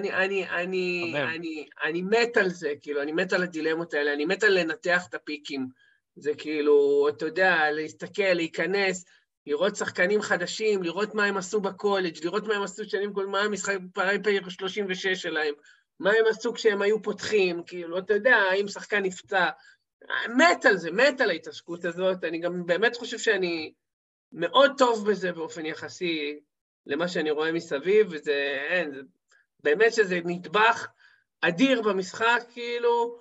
אני מת על זה, כאילו, אני מת על הדילמות האלה, אני מת על לנתח את הפיקים. זה כאילו, אתה יודע, להסתכל, להיכנס, לראות שחקנים חדשים, לראות מה הם עשו בקולג', לראות מה הם עשו שנים כל מה המשחק פרי פייר 36 שלהם, מה הם עשו כשהם היו פותחים, כאילו, אתה יודע, האם שחקן נפצע. מת על זה, מת על ההתעסקות הזאת, אני גם באמת חושב שאני מאוד טוב בזה באופן יחסי למה שאני רואה מסביב, וזה, אין, זה, באמת שזה נדבך אדיר במשחק, כאילו,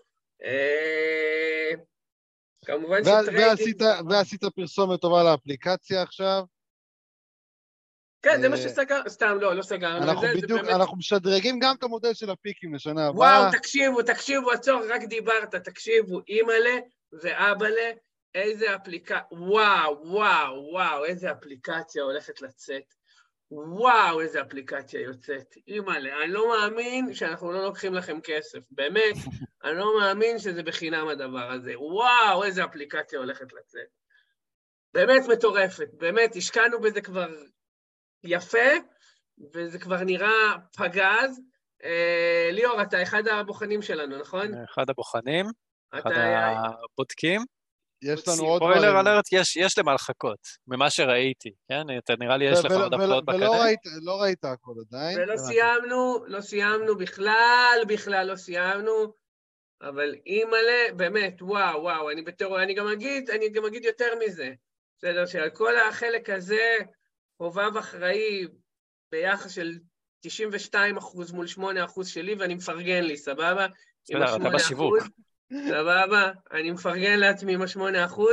כמובן ועשית פרסומת טובה לאפליקציה עכשיו. כן, זה מה שסגר, סתם, לא סגר. אנחנו משדרגים גם את המודל של הפיקים לשנה הבאה. וואו, תקשיבו, עצור, רק דיברת, תקשיבו, אימאלה ואבאלה, איזה אפליקציה, וואו, איזה אפליקציה הולכת לצאת. וואו, איזה אפליקציה יוצאת. אימאלה, אני לא מאמין שאנחנו לא לוקחים לכם כסף, באמת, אני לא מאמין שזה בחינם הדבר הזה. וואו, איזה אפליקציה הולכת לצאת. באמת מטורפת, באמת, השקענו בזה כבר יפה, וזה כבר נראה פגז. ליאור, אתה אחד הבוחנים שלנו, נכון? אחד הבוחנים, אחד הבודקים. יש לנו עוד ספוילר אלרט, יש למה לחכות, ממה שראיתי, כן? אתה נראה לי יש לך עוד הפלאות בקנה. ולא ראית הכל עדיין. ולא סיימנו, בכלל לא סיימנו, אבל אימאלה, באמת, וואו, אני גם אגיד יותר מזה. בסדר, שעל כל החלק הזה, חובב אחראי ביחס של 92% מול 8% שלי, ואני מפרגן לי, סבבה? בסדר, אתה בשיווק. סבבה, אני מפרגן לעצמי עם 8%,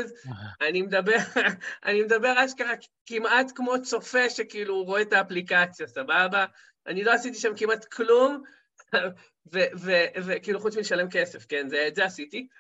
אני מדבר אשכרה כמעט כמו צופה שכאילו הוא רואה את האפליקציה, סבבה? אני לא עשיתי שם כמעט כלום, וכאילו חוץ מלשלם כסף, כן, את זה עשיתי,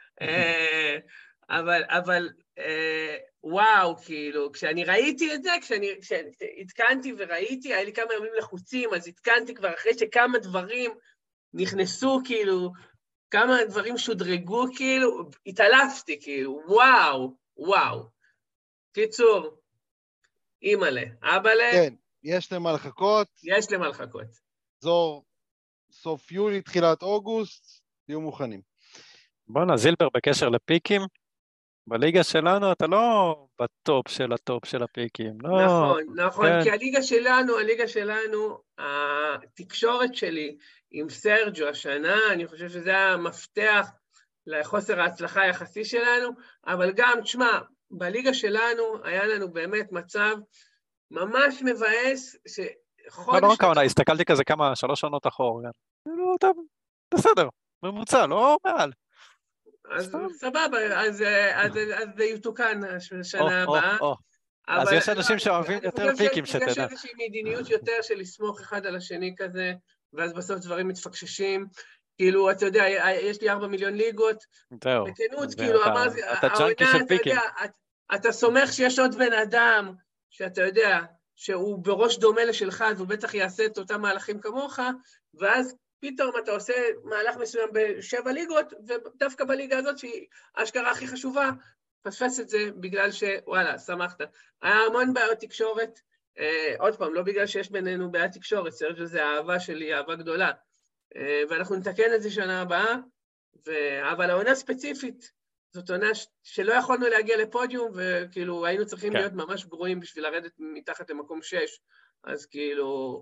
אבל וואו, כאילו, כשאני ראיתי את זה, כשהתקנתי וראיתי, היה לי כמה ימים לחוצים, אז התקנתי כבר אחרי שכמה דברים נכנסו, כאילו, כמה דברים שודרגו, כאילו, התעלפתי, כאילו, וואו. קיצור, אימאלה, אבאלה. כן, יש למה לחכות. זור, סוף יולי, תחילת אוגוסט, תהיו מוכנים. בוא'נה, זילבר בקשר לפיקים, בליגה שלנו אתה לא בטופ של הטופ של הפיקים. נכון, כי הליגה שלנו, התקשורת שלי עם סרג'ו השנה, אני חושב שזה המפתח לחוסר ההצלחה היחסי שלנו, אבל גם, תשמע, בליגה שלנו היה לנו באמת מצב ממש מבאס, לא רק כמונה, הסתכלתי כזה 3 עונות אחורה, בסדר, ממוצע, לא מעל. אז סבבה, אז זה יתוקן השנה הבאה. אז יש אנשים שאוהבים יותר פיקים, שתדע. יש איזושהי מדיניות יותר של לסמוך אחד על השני כזה, ואז בסוף דברים מתפקששים. כאילו, אתה יודע, יש לי 4 מיליון ליגות. זהו. בכנות, כאילו, אתה ג'אנקי של פיקים. אתה סומך שיש עוד בן אדם, שאתה יודע, שהוא בראש דומה לשלך, אז הוא בטח יעשה את אותם מהלכים כמוך, ואז פתאום אתה עושה מהלך מסוים ב7 ליגות, ודווקא בליגה הזאת, שהיא האשכרה הכי חשובה, פספס את זה בגלל שוואלה, שמחת. היה המון בעיות תקשורת, עוד פעם, לא בגלל שיש בינינו בעיית תקשורת, סרג'ו זה אהבה שלי, אהבה גדולה, ואנחנו נתקן את זה שנה הבאה, אבל העונה ספציפית, זאת עונה שלא יכולנו להגיע לפודיום, וכאילו היינו צריכים להיות ממש גרועים בשביל לרדת מתחת למקום 6, אז כאילו,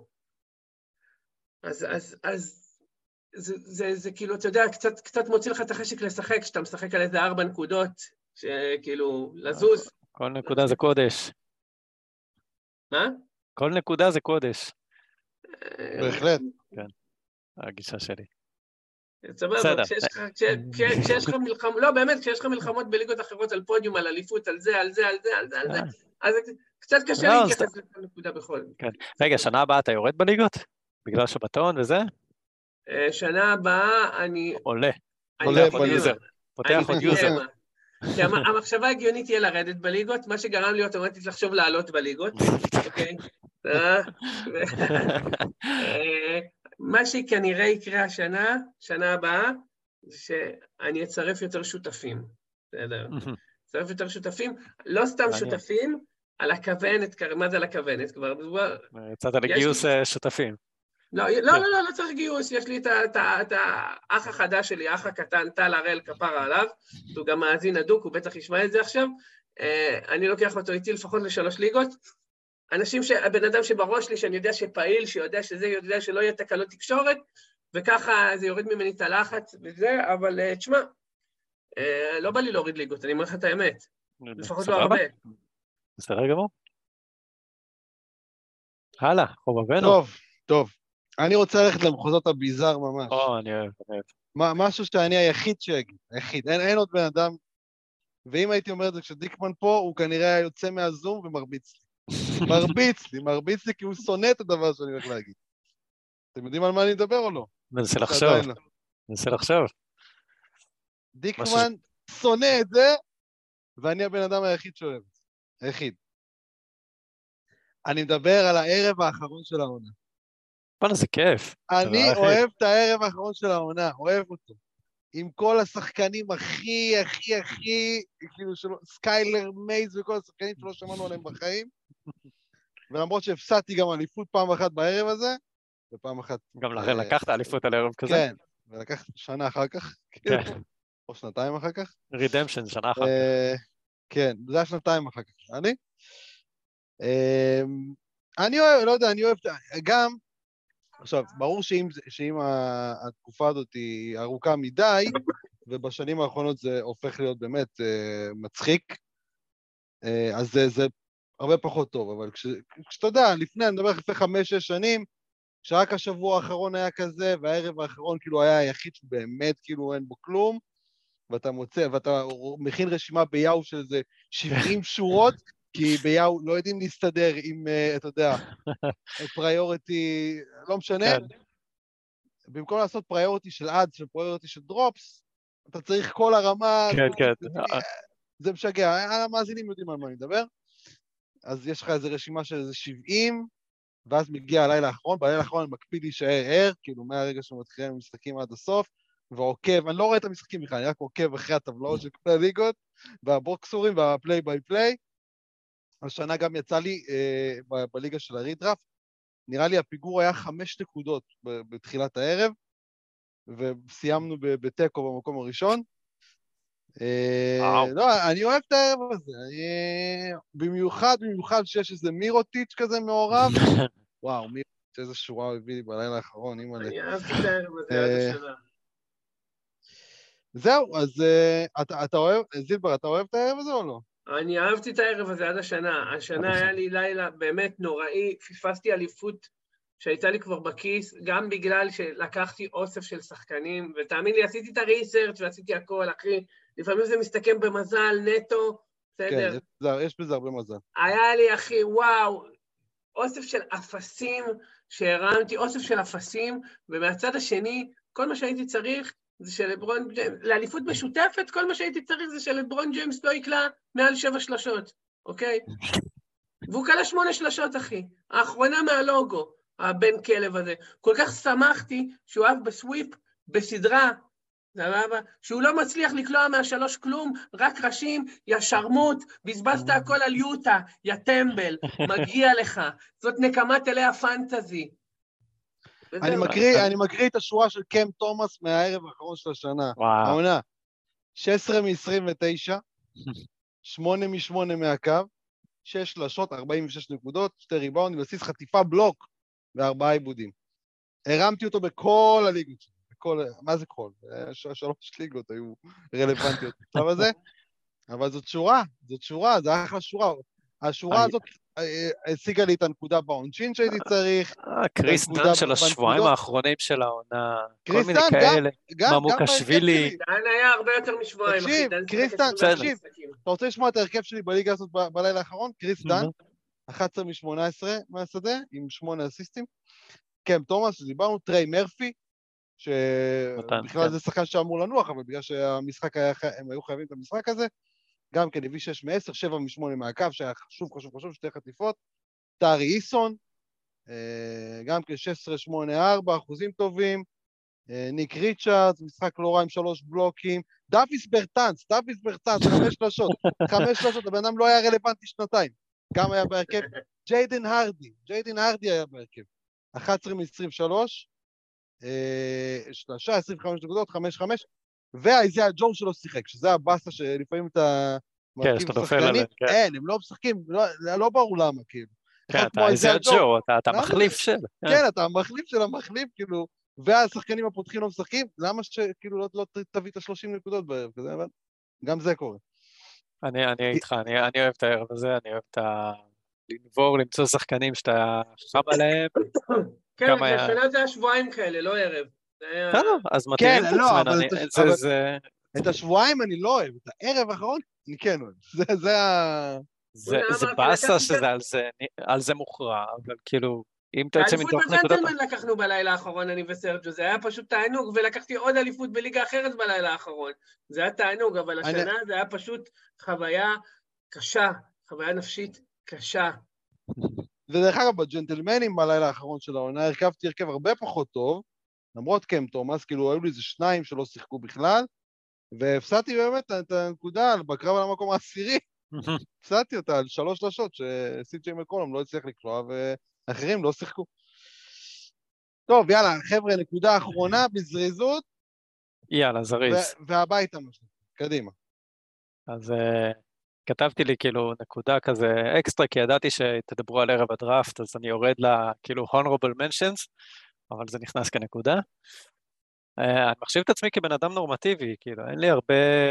זה כאילו, אתה יודע, קצת מוציא לך את החשק לשחק, שאתה משחק על איזה 4 נקודות, שכאילו, לזוז. כל נקודה זה קודש. מה? כל נקודה זה קודש. בהחלט. כן, הגישה שלי. סבבה, כשיש לך מלחמות, לא באמת, כשיש לך מלחמות בליגות אחרות על פודיום, על אליפות, על זה, אז קצת קשה להתייחס לכל נקודה בכל. רגע, שנה הבאה אתה יורד בליגות? בגלל שבתון וזה? שנה הבאה אני... עולה. פותח עוד יוזר. כי המחשבה הגיונית תהיה לרדת בליגות, מה שגרם לי אוטומטית לחשוב לעלות בליגות, אוקיי? מה שכנראה יקרה שנה הבאה, זה שאני אצרף יותר שותפים, בסדר? אצרף יותר שותפים, לא סתם שותפים, על הכוונת, מה זה על הכוונת? כבר דובר... יצאת לגיוס שותפים. לא צריך גיוס, יש לי את האח החדש שלי, האח הקטן, טל הראל כפרה עליו, הוא גם מאזין הדוק, הוא בטח ישמע את זה עכשיו, אני לוקח אותו איתי לפחות ל3 ליגות, הבן אדם שבראש לי, שאני יודע שפעיל, שיודע שזה, יודע שלא יהיה תקלות תקשורת, וככה זה יוריד ממני את הלחץ וזה, אבל תשמע, לא בא לי להוריד ליגות, אני אומר לך את האמת, לפחות לא הרבה. בסדר גמור. הלאה, חובבנו. טוב. אני רוצה ללכת למחוזות הביזר ממש. אני אוהב. משהו שאני היחיד שיגיד, היחיד, אין עוד בן אדם, ואם הייתי אומר את זה כשדיקמן פה, הוא כנראה היה יוצא מהזום ומרביץ לי. מרביץ לי כי הוא שונא את הדבר שאני הולך להגיד. אתם יודעים על מה אני מדבר או לא? ננסה לחשוב. דיקמן שונא את זה, ואני הבן אדם היחיד שאוהב את זה. היחיד. אני מדבר על הערב האחרון של העונה. זה כיף. אני אוהב את הערב האחרון של העונה, אוהב אותו. עם כל השחקנים הכי, כאילו סקיילר, מייז וכל השחקנים שלא שמענו עליהם בחיים. ולמרות שהפסדתי גם אליפות פעם אחת בערב הזה, ופעם אחת... גם לקחת אליפות על ערב כזה? כן, ולקחת שנה אחר כך, או שנתיים אחר כך. רידמפשן, שנה אחר כך. כן, זה היה שנתיים אחר כך. אני אוהב, לא יודע, אני אוהב, גם, עכשיו, ברור שאם התקופה הזאת היא ארוכה מדי, ובשנים האחרונות זה הופך להיות באמת מצחיק, אז זה הרבה פחות טוב, אבל כשאתה יודע, אני מדבר לפני 5-6 שנים, שרק השבוע האחרון היה כזה, והערב האחרון כאילו היה היחיד שבאמת כאילו אין בו כלום, ואתה מכין רשימה ביהו של איזה 70 שורות, כי ביהו לא יודעים להסתדר עם, אתה יודע, פריוריטי, לא משנה, במקום לעשות פריוריטי של אדס ופריוריטי של דרופס, אתה צריך כל הרמה, זה משגע, המאזינים יודעים על מה אני מדבר, אז יש לך איזו רשימה של איזה 70, ואז מגיע הלילה האחרון, בלילה האחרון אני מקפיד להישאר ער, כאילו מהרגע שמתחילים המשחקים עד הסוף, ועוקב, אני לא רואה את המשחקים בכלל, אני רק עוקב אחרי הטבלאות של כל הליגות, והבוקסורים והפליי ביי פליי. השנה גם יצא לי בליגה של הרידרפט, נראה לי הפיגור היה 5 נקודות בתחילת הערב, וסיימנו בטקו במקום הראשון. לא, אני אוהב את הערב הזה, במיוחד שיש איזה מירוטיץ' כזה מעורב, וואו, מירוטיץ' איזה שורה הוא הביא לי בלילה האחרון, אני אהבתי את הערב הזה עד השנה. זהו, אז אתה אוהב, זילבר, אתה אוהב את הערב הזה או לא? אני אהבתי את הערב הזה עד השנה. השנה היה לי לילה באמת נוראי, פספסתי אליפות שהייתה לי כבר בכיס, גם בגלל שלקחתי אוסף של שחקנים, ותאמין לי, עשיתי את הריסרצ' ועשיתי הכל, אחי. לפעמים זה מסתכם במזל, נטו, בסדר? כן, יש בזה הרבה מזל. היה לי, אחי, וואו, אוסף של אפסים שהרמתי, אוסף של אפסים, ומהצד השני, כל מה שהייתי צריך, זה שלברון ג'יימס, לאליפות משותפת, כל מה שהייתי צריך זה שלברון ג'יימס לא יקלה מעל 7 שלשות, אוקיי? והוא קלה 8 שלשות, אחי. האחרונה מהלוגו, הבן כלב הזה. כל כך שמחתי שהוא אהב בסוויפ, בסדרה, שהוא לא מצליח לקלוע מה3 כלום, רק ראשים, יא שרמוט, בזבזת הכל על יוטה, יא טמבל, מגיע לך. זאת נקמת אלי הפנטזי. אני מקריא את השורה של קם תומאס מהערב האחרון של השנה. העונה, 16 מ-29, 8 מ-8 מהקו, 6 שלשות, 46 נקודות, 2 ריבאונדים, בסיס חטיפה בלוק ו4 עיבודים. הרמתי אותו בכל הליגות שלי, מה זה כל? 3 ליגות היו רלוונטיות בצו הזה. אבל זאת שורה, זה אחלה שורה. השורה הזאת השיגה לי את הנקודה בעונשין שהייתי צריך. קריס דן של השבועיים האחרונים של העונה, כל מיני כאלה, ממוקשווילי. דן היה הרבה יותר משבועיים, אחי. קריס דן, תקשיב, אתה רוצה לשמוע את ההרכב שלי בליגה הזאת בלילה האחרון? קריס דן, 11 מ-18 מהשדה, עם 8 אסיסטים. קם תומאס, דיברנו, טריי מרפי, שבכלל זה שחקן שאמור לנוח, אבל בגלל שהמשחק היה, הם היו חייבים את המשחק הזה, גם כן הביא 6 מ-10, 7 מ-8 מהקו, שהיה חשוב, שתי חטיפות. טארי איסון, גם כן 16-8-4, אחוזים טובים. ניק ריצ'ארדס, משחק לא רע עם 3 בלוקים. דאביס ברטנס, 5 שלשות, הבן אדם לא היה רלוונטי שנתיים. גם היה בהרכב. ג'יידן הרדי היה בהרכב. 11 מ-23, שלושה, 25 נקודות, 5-5, והאיזיה ג'ור שלו שיחק, שזה הבאסה שלפעמים אתה מרכיב שחקנים, אין, הם לא משחקים, לא ברור למה, כאילו. כן, אתה איזיה ג'ור, אתה מחליף של. כן, אתה המחליף של המחליף, כאילו, והשחקנים הפותחים לא משחקים, למה שכאילו לא תביא את ה-30 נקודות בערב כזה, אבל גם זה קורה. אני איתך, אני אוהב את הערב הזה, אני אוהב את לנבור, למצוא שחקנים שאתה חם עליהם. כן, השנה זה השבועיים כאלה, לא ערב. אז מתאים את עצמנו. את השבועיים אני לא אוהב, את הערב האחרון אני כן אוהב. זה באסה שזה על זה מוכרע, אבל כאילו, אם אתה יוצא מתוך נקודות... אליפות בג'נטלמן לקחנו בלילה האחרון, אני וסרג'ו, זה היה פשוט תענוג, ולקחתי עוד אליפות בליגה אחרת בלילה האחרון. זה היה תענוג, אבל השנה זה היה פשוט חוויה קשה, חוויה נפשית קשה. ודרך אגב, בג'נטלמנים בלילה האחרון של העונה, הרכבתי הרכב הרבה פחות טוב, למרות קם תומאס, כאילו היו לי איזה 2 שלא שיחקו בכלל, והפסדתי באמת את הנקודה בקרב על המקום העשירי, הפסדתי אותה על 3 שלשות, שסי.ג'יי מקולום לא הצליח לקלוע, ואחרים לא שיחקו. טוב, יאללה, חבר'ה, נקודה אחרונה בזריזות. יאללה, זריז. והביתה משהו, קדימה. אז כתבתי לי כאילו נקודה כזה אקסטרה, כי ידעתי שתדברו על ערב הדראפט, אז אני יורד לה כאילו honorable mentions, אבל זה נכנס כנקודה. אני מחשיב את עצמי כבן אדם נורמטיבי, כאילו אין לי הרבה,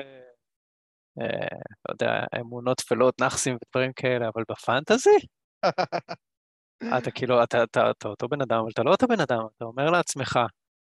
לא יודע, אמונות תפלות, נחסים ודברים כאלה, אבל בפנטזי, אתה כאילו, אתה אותו בן אדם, אבל אתה לא אותו בן אדם, אתה אומר לעצמך,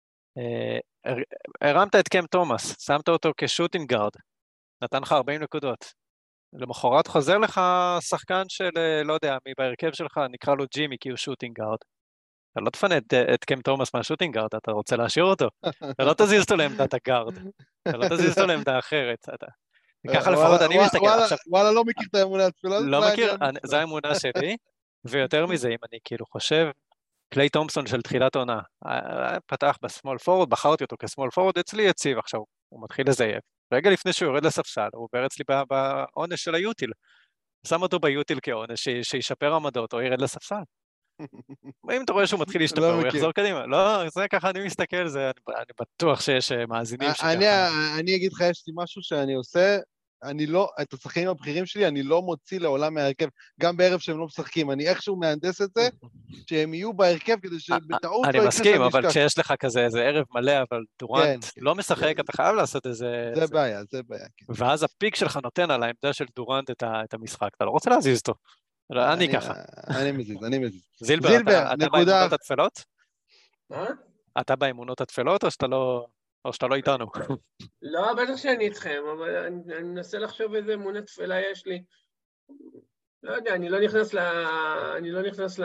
הרמת את קם תומאס, שמת אותו כשוטינג גארד, נתן לך 40 נקודות, למחרת חוזר לך שחקן של, לא יודע, מי בהרכב שלך, נקרא לו ג'ימי, כי הוא שוטינג גארד. אתה לא תפנה את קם תומאס מהשוטינג גארד, אתה רוצה להשאיר אותו. אתה לא תזיז אותו לעמדת הגארד. אתה לא תזיז אותו לעמדה אחרת. ככה לפחות אני מסתכל. וואלה, לא מכיר את האמונה התפילה. לא מכיר, זו האמונה שלי, ויותר מזה, אם אני כאילו חושב, קליי תומפסון של תחילת עונה, פתח בסמול פורד, בחרתי אותו כסמול פורד, אצלי יציב, עכשיו הוא מתחיל לזייף. רגע לפני שהוא יורד לספסל, הוא עובר אצלי בעונש של היוטיל. שם אותו ביוטיל כעונש, שישפר עמדות או ירד לספסל. אם אתה רואה שהוא מתחיל להשתפר, הוא יחזור קדימה. לא, זה ככה אני מסתכל, אני בטוח שיש מאזינים שככה. אני אגיד לך, יש לי משהו שאני עושה, אני לא, את השחקנים הבכירים שלי, אני לא מוציא לעולם מהרכב, גם בערב שהם לא משחקים, אני איכשהו מהנדס את זה, שהם יהיו בהרכב כדי שבטעות... אני מסכים, אבל כשיש לך כזה איזה ערב מלא, אבל דורנט לא משחק, אתה חייב לעשות איזה... זה בעיה, זה בעיה. ואז הפיק שלך נותן על העמדה של דורנט את המשחק, אתה לא רוצה להזיז אותו. אני ככה. אני מזיז. זילבר, אתה באמונות התפלות? מה? אתה באמונות התפלות או שאתה לא איתנו? לא, בטח שאני איתכם, אבל אני מנסה לחשוב איזה אמונה תפלה יש לי. לא יודע, אני לא נכנס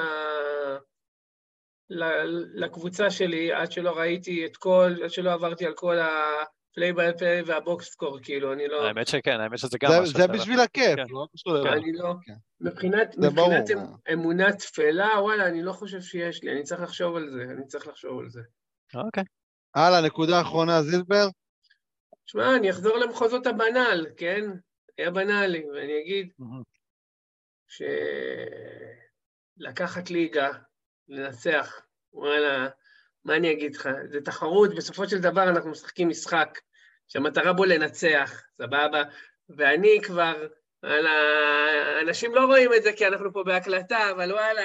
לקבוצה שלי עד שלא ראיתי עד שלא עברתי על כל הפליי ביי פליי והבוקס סקור, כאילו, אני לא... האמת שכן, האמת שזה גם משהו. זה בשביל הכיף, לא קשור לזה. אני לא... מבחינת אמונה תפלה, וואלה, אני לא חושב שיש לי, אני צריך לחשוב על זה, אוקיי. הלאה, נקודה אחרונה, זילבר. תשמע, אני אחזור למחוזות הבנאל, כן? היה בנאלי, ואני אגיד שלקחת ליגה, לנצח, וואלה, מה אני אגיד לך? זה תחרות, בסופו של דבר אנחנו משחקים משחק, שהמטרה בו לנצח, סבבה? ואני כבר, וואלה, אנשים לא רואים את זה כי אנחנו פה בהקלטה, אבל וואלה,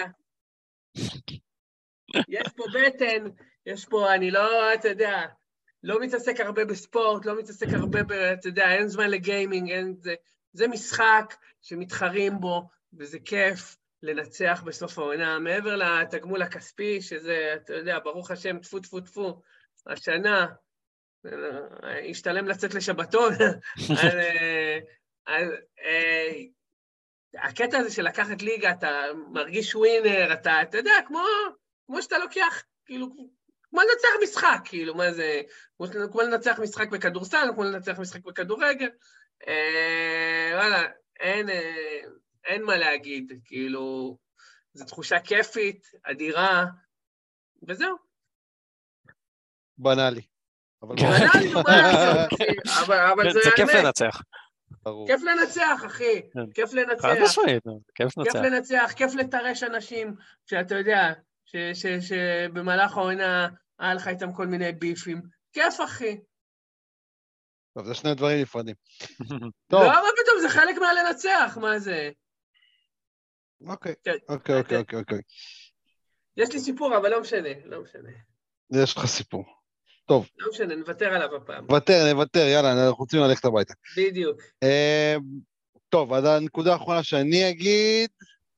יש פה בטן, יש פה, אני לא, אתה יודע, לא מתעסק הרבה בספורט, לא מתעסק הרבה, אתה יודע, אין זמן לגיימינג, אין זה, זה משחק שמתחרים בו, וזה כיף לנצח בסוף העונה, מעבר לתגמול הכספי, שזה, אתה יודע, ברוך השם, טפו, טפו, טפו, השנה, השתלם לצאת לשבתון, הקטע הזה של לקחת ליגה, אתה מרגיש ווינר, אתה יודע, כמו שאתה לוקח, כאילו, כמו לנצח משחק, כאילו, מה זה, כמו לנצח משחק בכדורסל, כמו לנצח משחק בכדורגל, וואלה, אין מה להגיד, כאילו, זו תחושה כיפית, אדירה, וזהו. בנאלי. בנאלי, אבל זה כיף לנצח. כיף לנצח, אחי, כיף לנצח. חד משמעית, כיף לנצח. כיף לנצח, כיף לטרש אנשים, שאתה יודע, שבמהלך העונה היה לך איתם כל מיני ביפים. כיף, אחי. טוב, זה שני דברים נפרדים. לא, מה פתאום, זה חלק מהלנצח, מה זה? אוקיי. יש לי סיפור, אבל לא משנה. יש לך סיפור. טוב. לא משנה, נוותר עליו הפעם. נוותר, יאללה, אנחנו רוצים ללכת הביתה. בדיוק. טוב, אז הנקודה האחרונה שאני אגיד,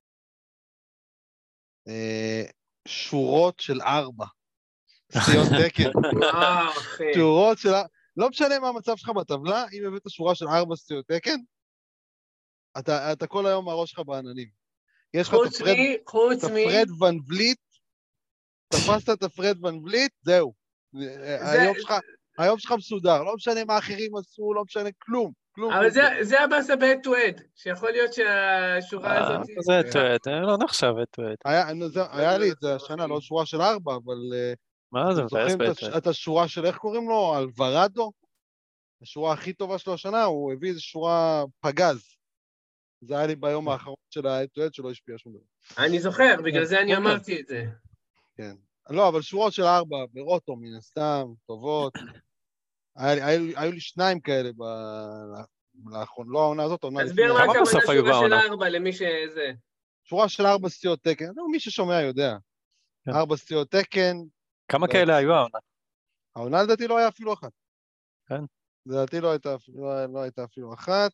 שורות של 4. סטיות תקן. שורות של 4. לא משנה מה המצב שלך בטבלה, אם הבאת שורה של 4 סטיות תקן, אתה כל היום הראש שלך בעננים. יש לך את הפרד ון וליט, תפסת את הפרד ון וליט, זהו. היום שלך מסודר, לא משנה מה האחרים עשו, לא משנה כלום. אבל זה הבאסה ב-head-to-head, שיכול להיות שהשורה הזאת... זה head-to-head, לא נחשב head-to-head. היה לי את זה השנה, לא שורה של 4, אבל... מה זה? זוכרים את השורה של, איך קוראים לו? אלוורדו? השורה הכי טובה שלו השנה, הוא הביא איזו שורה פגז. זה היה לי ביום האחרון של ה-head-to-head שלא השפיע שום דבר. אני זוכר, בגלל זה אני אמרתי את זה. כן. לא, אבל שורות של 4, ברוטו מן הסתם, טובות. היו לי 2 כאלה לאחרונה, לא העונה הזאת, העונה לפני. תסביר מה הכוונה שורה של 4 למי שזה. שורה של 4 סטיות תקן, מי ששומע יודע. 4 סטיות תקן. כמה כאלה היו העונה? העונה לדעתי לא היה אפילו אחת. כן. לדעתי לא הייתה אפילו אחת.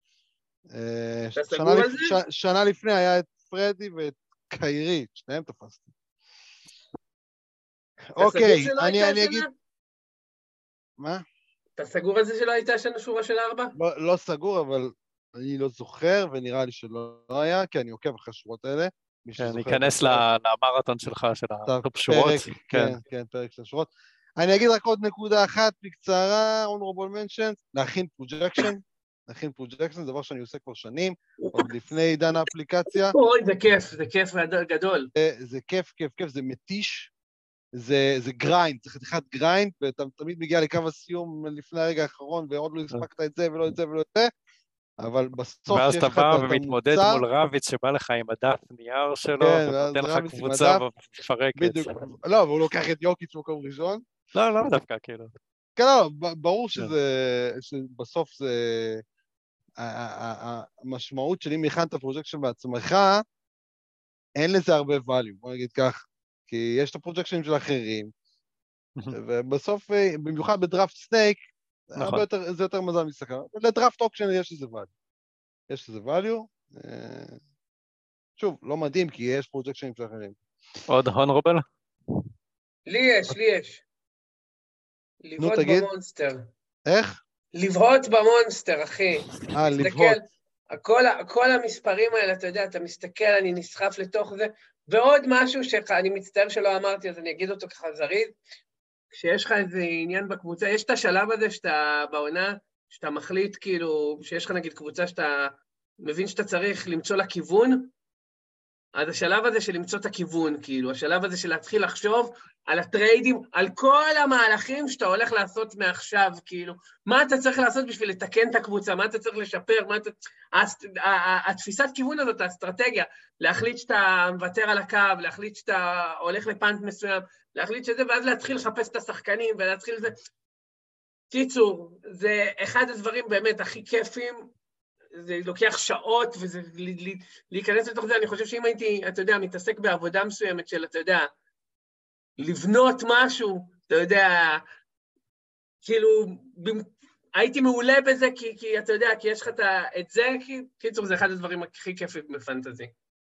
שנה לפני היה את פרדי ואת קיירי, שניהם תפסתי. אוקיי, אני אגיד... מה? אתה סגור על זה שלא הייתה שנה שורה של 4? לא סגור, אבל אני לא זוכר, ונראה לי שלא היה, כי אני עוקב אחרי השורות האלה. אני אכנס למרתון שלך, של הטופ שורות. כן, פרק של שורות. אני אגיד רק עוד נקודה אחת בקצרה, honorable mentions, להכין פרוג'קשן, זה דבר שאני עושה כבר שנים, עוד לפני עידן האפליקציה. אוי, זה כיף גדול. זה כיף, זה מתיש, זה גריינד, זה חתיכת גריינד, ואתה תמיד מגיע לקו הסיום לפני הרגע האחרון, ועוד לא הספקת את זה ולא את זה ולא את זה, אבל בסוף ואז אתה בא ומתמודד מול רביץ שבא לך עם הדף נייר שלו, ונותן לך קבוצה ומפרק את זה. לא, אבל הוא לוקח את יוקיץ' מקום ראשון. לא דווקא, כאילו. כן, לא, ברור שבסוף זה... המשמעות של אם הכנת הפרוג'קשן בעצמך, אין לזה הרבה value, בוא נגיד כך, כי יש את הפרוג'קשנים של אחרים, ובסוף, במיוחד בדראפט סנייק, זה יותר מזל מסתכל. לדראפט אוקשן יש לזה value. שוב, לא מדהים, כי יש פרוג'קשנים של אחרים. עוד הונרובל? לי יש. לבהות במונסטר. איך? לבהות במונסטר, אחי. לבהות. כל המספרים האלה, אתה יודע, אתה מסתכל, אני נסחף לתוך זה, ועוד משהו שאני מצטער שלא אמרתי, אז אני אגיד אותו ככה זריז, כשיש לך איזה עניין בקבוצה, יש את השלב הזה שאתה בעונה, שאתה מחליט כאילו, שיש לך נגיד קבוצה שאתה מבין שאתה צריך למצוא לה כיוון, אז השלב הזה של למצוא את הכיוון, כאילו, השלב הזה של להתחיל לחשוב על הטריידים, על כל המהלכים שאתה הולך לעשות מעכשיו, כאילו, מה אתה צריך לעשות בשביל לתקן את הקבוצה, מה אתה צריך לשפר, התפיסת כיוון הזאת, האסטרטגיה, להחליט שאתה מוותר על הקו, להחליט שאתה הולך לפאנט מסוים, להחליט שזה, ואז להתחיל לחפש את השחקנים, ולהתחיל זה... קיצור, זה אחד הדברים באמת הכי כיפים, זה לוקח שעות, וזה להיכנס לתוך זה, אני חושב שאם הייתי, אתה יודע, מתעסק בעבודה מסוימת של, אתה יודע, לבנות משהו, אתה יודע, כאילו, הייתי מעולה בזה, כי אתה יודע, כי יש לך את זה, קיצור, זה אחד הדברים הכי כיפים בפנטזי.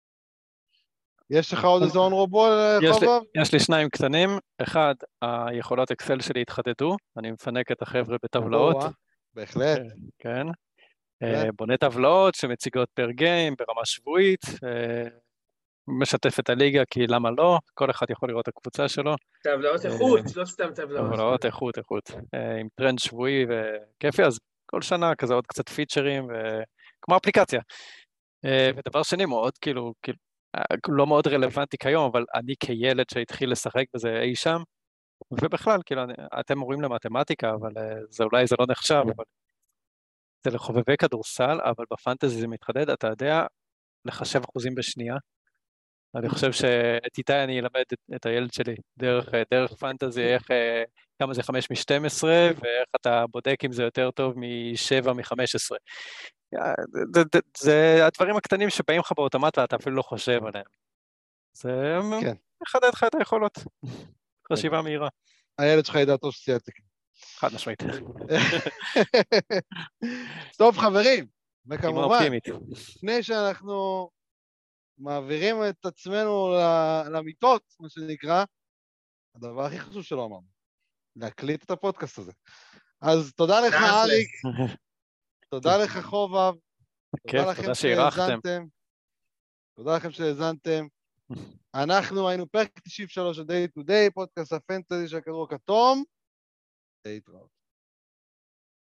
יש לך עוד איזה אונרובול, חובב? יש לי שניים קטנים. אחד, היכולות אקסל שלי התחדדו, אני מפנק את החבר'ה בטבלאות. בהחלט. כן. בונה טבלאות שמציגות פר גיים ברמה שבועית, משתף את הליגה, כי למה לא? כל אחד יכול לראות את הקבוצה שלו. טבלאות איכות, לא סתם טבלאות. טבלאות איכות. עם טרנד שבועי וכיפי, אז כל שנה כזה עוד קצת פיצ'רים, כמו אפליקציה. ודבר שני מאוד, כאילו, לא מאוד רלוונטי כיום, אבל אני כילד שהתחיל לשחק בזה אי שם, ובכלל, כאילו, אתם מורים למתמטיקה, אבל אולי זה לא נחשב, אבל זה לחובבי כדורסל, אבל בפנטזי זה מתחדד, אתה יודע לחשב אחוזים בשנייה. אני חושב שאת איתי אני אלמד את הילד שלי דרך פנטזי, כמה זה 5 מ-12, ואיך אתה בודק אם זה יותר טוב מ-7 מ-15. זה הדברים הקטנים שבאים לך באוטומט ואתה אפילו לא חושב עליהם. זה מחדד לך את היכולות. חשיבה מהירה. הילד שלך ידע טוב שציית. חד משמעית. טוב חברים, וכמובן, לפני שאנחנו מעבירים את עצמנו למיטות, מה שנקרא, הדבר הכי חשוב שלא אמרנו, להקליט את הפודקאסט הזה. אז תודה לך אריק, תודה לך חובב, תודה לכם שהאזנתם, תודה לכם שהאזנתם. אנחנו היינו פרק 93 של Day to Day, פודקאסט הפנטזי של הכדור הכתום. להתראות.